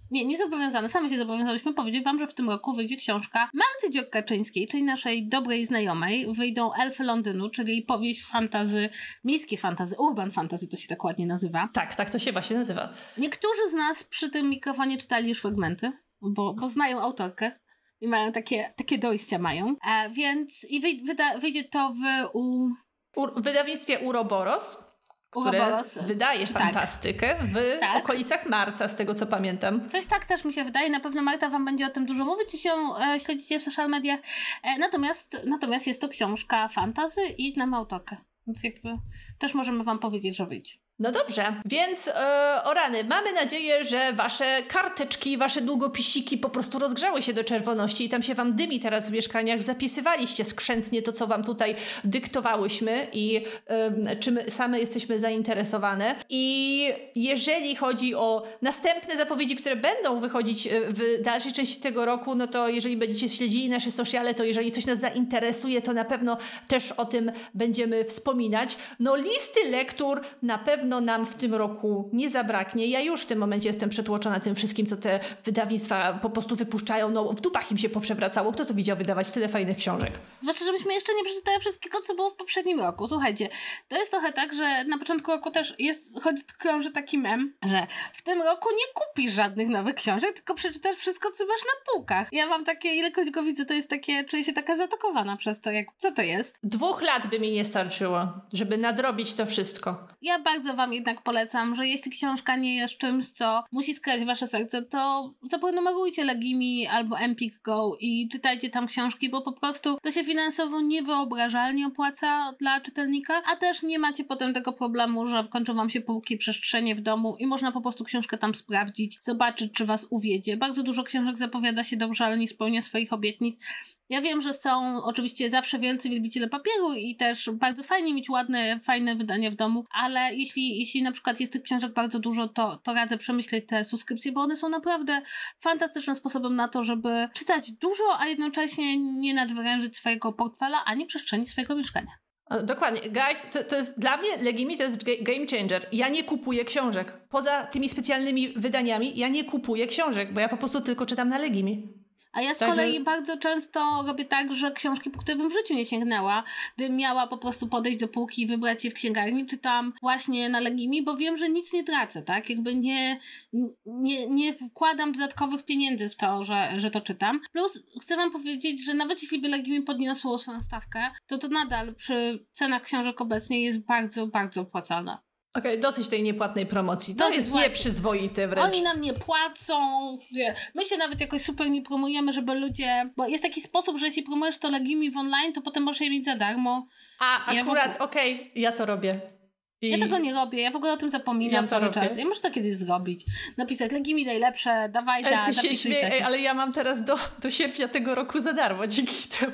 Nie, nie zobowiązane. Same się zobowiązałyśmy powiedzieć wam, że w tym roku wyjdzie książka Marty Dziok-Kaczyńskiej, czyli naszej dobrej znajomej. Wyjdą Elfy Londynu, czyli powieść fantasy, miejskie fantasy, urban fantasy to się tak ładnie nazywa. Tak, tak to się właśnie nazywa. Niektórzy z nas przy tym mikrofonie czytali już fragmenty, bo, bo znają autorkę i mają takie, takie dojścia mają. E, więc i wyj, wyda, wyjdzie to w... U... U, w wydawnictwie Uroboros. Które Uroboros. wydaje fantastykę tak. w tak. okolicach marca, z tego co pamiętam. Coś tak też mi się wydaje. Na pewno Marta wam będzie o tym dużo mówić, jeśli ją e, śledzicie w social mediach. E, natomiast, natomiast jest to książka fantasy i znamy autorkę. Więc jakby też możemy wam powiedzieć, że wyjdzie. No dobrze, więc yy, o rany, mamy nadzieję, że wasze karteczki, wasze długopisiki po prostu rozgrzały się do czerwoności i tam się wam dymi teraz w mieszkaniach, zapisywaliście skrzętnie to, co wam tutaj dyktowałyśmy i yy, czym same jesteśmy zainteresowane. I jeżeli chodzi o następne zapowiedzi, które będą wychodzić w dalszej części tego roku, no to jeżeli będziecie śledzili nasze sociale, to jeżeli coś nas zainteresuje, to na pewno też o tym będziemy wspominać. No listy lektur na pewno nam w tym roku nie zabraknie. Ja już w tym momencie jestem przetłoczona tym wszystkim, co te wydawnictwa po prostu wypuszczają. No w dupach im się poprzewracało. Kto to widział wydawać tyle fajnych książek? Zwłaszcza, żebyśmy jeszcze nie przeczytali wszystkiego, co było w poprzednim roku. Słuchajcie, to jest trochę tak, że na początku roku też jest, chodzi, krąży taki mem, że w tym roku nie kupisz żadnych nowych książek, tylko przeczytasz wszystko, co masz na półkach. Ja mam takie, ilekroć go widzę, to jest takie, czuję się taka zaatakowana przez to, jak, co to jest? Dwóch lat by mi nie starczyło, żeby nadrobić to wszystko. Ja bardzo wam jednak polecam, że jeśli książka nie jest czymś, co musi skrać wasze serce, to zaprenumerujcie Legimi albo Empik Go i czytajcie tam książki, bo po prostu to się finansowo niewyobrażalnie opłaca dla czytelnika, a też nie macie potem tego problemu, że kończą wam się półki, przestrzenie w domu i można po prostu książkę tam sprawdzić, zobaczyć, czy was uwiedzie. Bardzo dużo książek zapowiada się dobrze, ale nie spełnia swoich obietnic. Ja wiem, że są oczywiście zawsze wielcy wielbiciele papieru i też bardzo fajnie mieć ładne, fajne wydania w domu, ale jeśli, jeśli na przykład jest tych książek bardzo dużo, to, to radzę przemyśleć te subskrypcje, bo one są naprawdę fantastycznym sposobem na to, żeby czytać dużo, a jednocześnie nie nadwyrężyć swojego portfela, ani przestrzeni swojego mieszkania. Dokładnie. Guys, to, to jest dla mnie Legimi to jest game changer. Ja nie kupuję książek. Poza tymi specjalnymi wydaniami ja nie kupuję książek, bo ja po prostu tylko czytam na Legimi. A ja z tak kolei by... bardzo często robię tak, że książki, po które bym w życiu nie sięgnęła, gdybym miała po prostu podejść do półki i wybrać je w księgarni, czytam właśnie na Legimi, bo wiem, że nic nie tracę, tak? Jakby nie, nie, nie wkładam dodatkowych pieniędzy w to, że, że to czytam. Plus chcę wam powiedzieć, że nawet jeśli by Legimi podniosło swoją stawkę, to to nadal przy cenach książek obecnie jest bardzo, bardzo opłacalne. Okej, okay, dosyć tej niepłatnej promocji. To, to jest właśnie nieprzyzwoite wręcz. Oni nam nie płacą. My się nawet jakoś super nie promujemy, żeby ludzie... Bo jest taki sposób, że jeśli promujesz to Legimi w online, to potem możesz je mieć za darmo. A, ja akurat, ogóle... okej, okay, ja to robię. I... Ja tego nie robię, ja w ogóle o tym zapominam ja cały robię. czas. Ja muszę to kiedyś zrobić. Napisać Legimi najlepsze, dawaj, da, Ty się śmieję, ale ja mam teraz do, do sierpnia tego roku za darmo dzięki temu.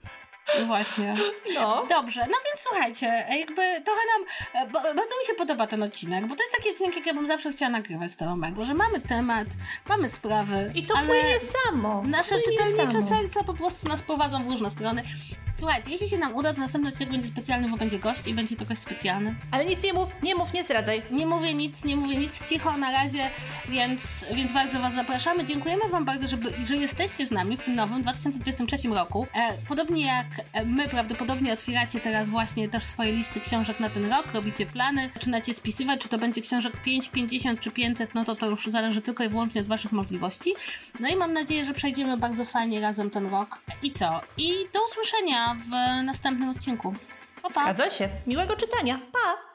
No właśnie. No. Dobrze, no więc słuchajcie, jakby trochę nam, bo, bardzo mi się podoba ten odcinek, bo to jest taki odcinek, jak ja bym zawsze chciała nagrywać z Tomego, że mamy temat, mamy sprawy, i to ale płynie samo. Nasze płynie czytelnicze samo. serca po prostu nas prowadzą w różne strony. Słuchajcie, jeśli się nam uda, to następny odcinek będzie specjalny, bo będzie gość i będzie to gość specjalny. Ale nic nie mów, nie mów, nie zdradzaj. Nie mówię nic, nie mówię nic, cicho na razie, więc, więc bardzo was zapraszamy. Dziękujemy wam bardzo, żeby, że jesteście z nami w tym nowym dwa tysiące dwudziestym trzecim roku. E, podobnie jak my prawdopodobnie otwieracie teraz właśnie też swoje listy książek na ten rok, robicie plany, zaczynacie spisywać, czy to będzie książek pięć, pięćdziesiąt czy pięćset, no to to już zależy tylko i wyłącznie od waszych możliwości. No i mam nadzieję, że przejdziemy bardzo fajnie razem ten rok. I co? I do usłyszenia w następnym odcinku. Pa, pa. Zgadza się. Miłego czytania. Pa!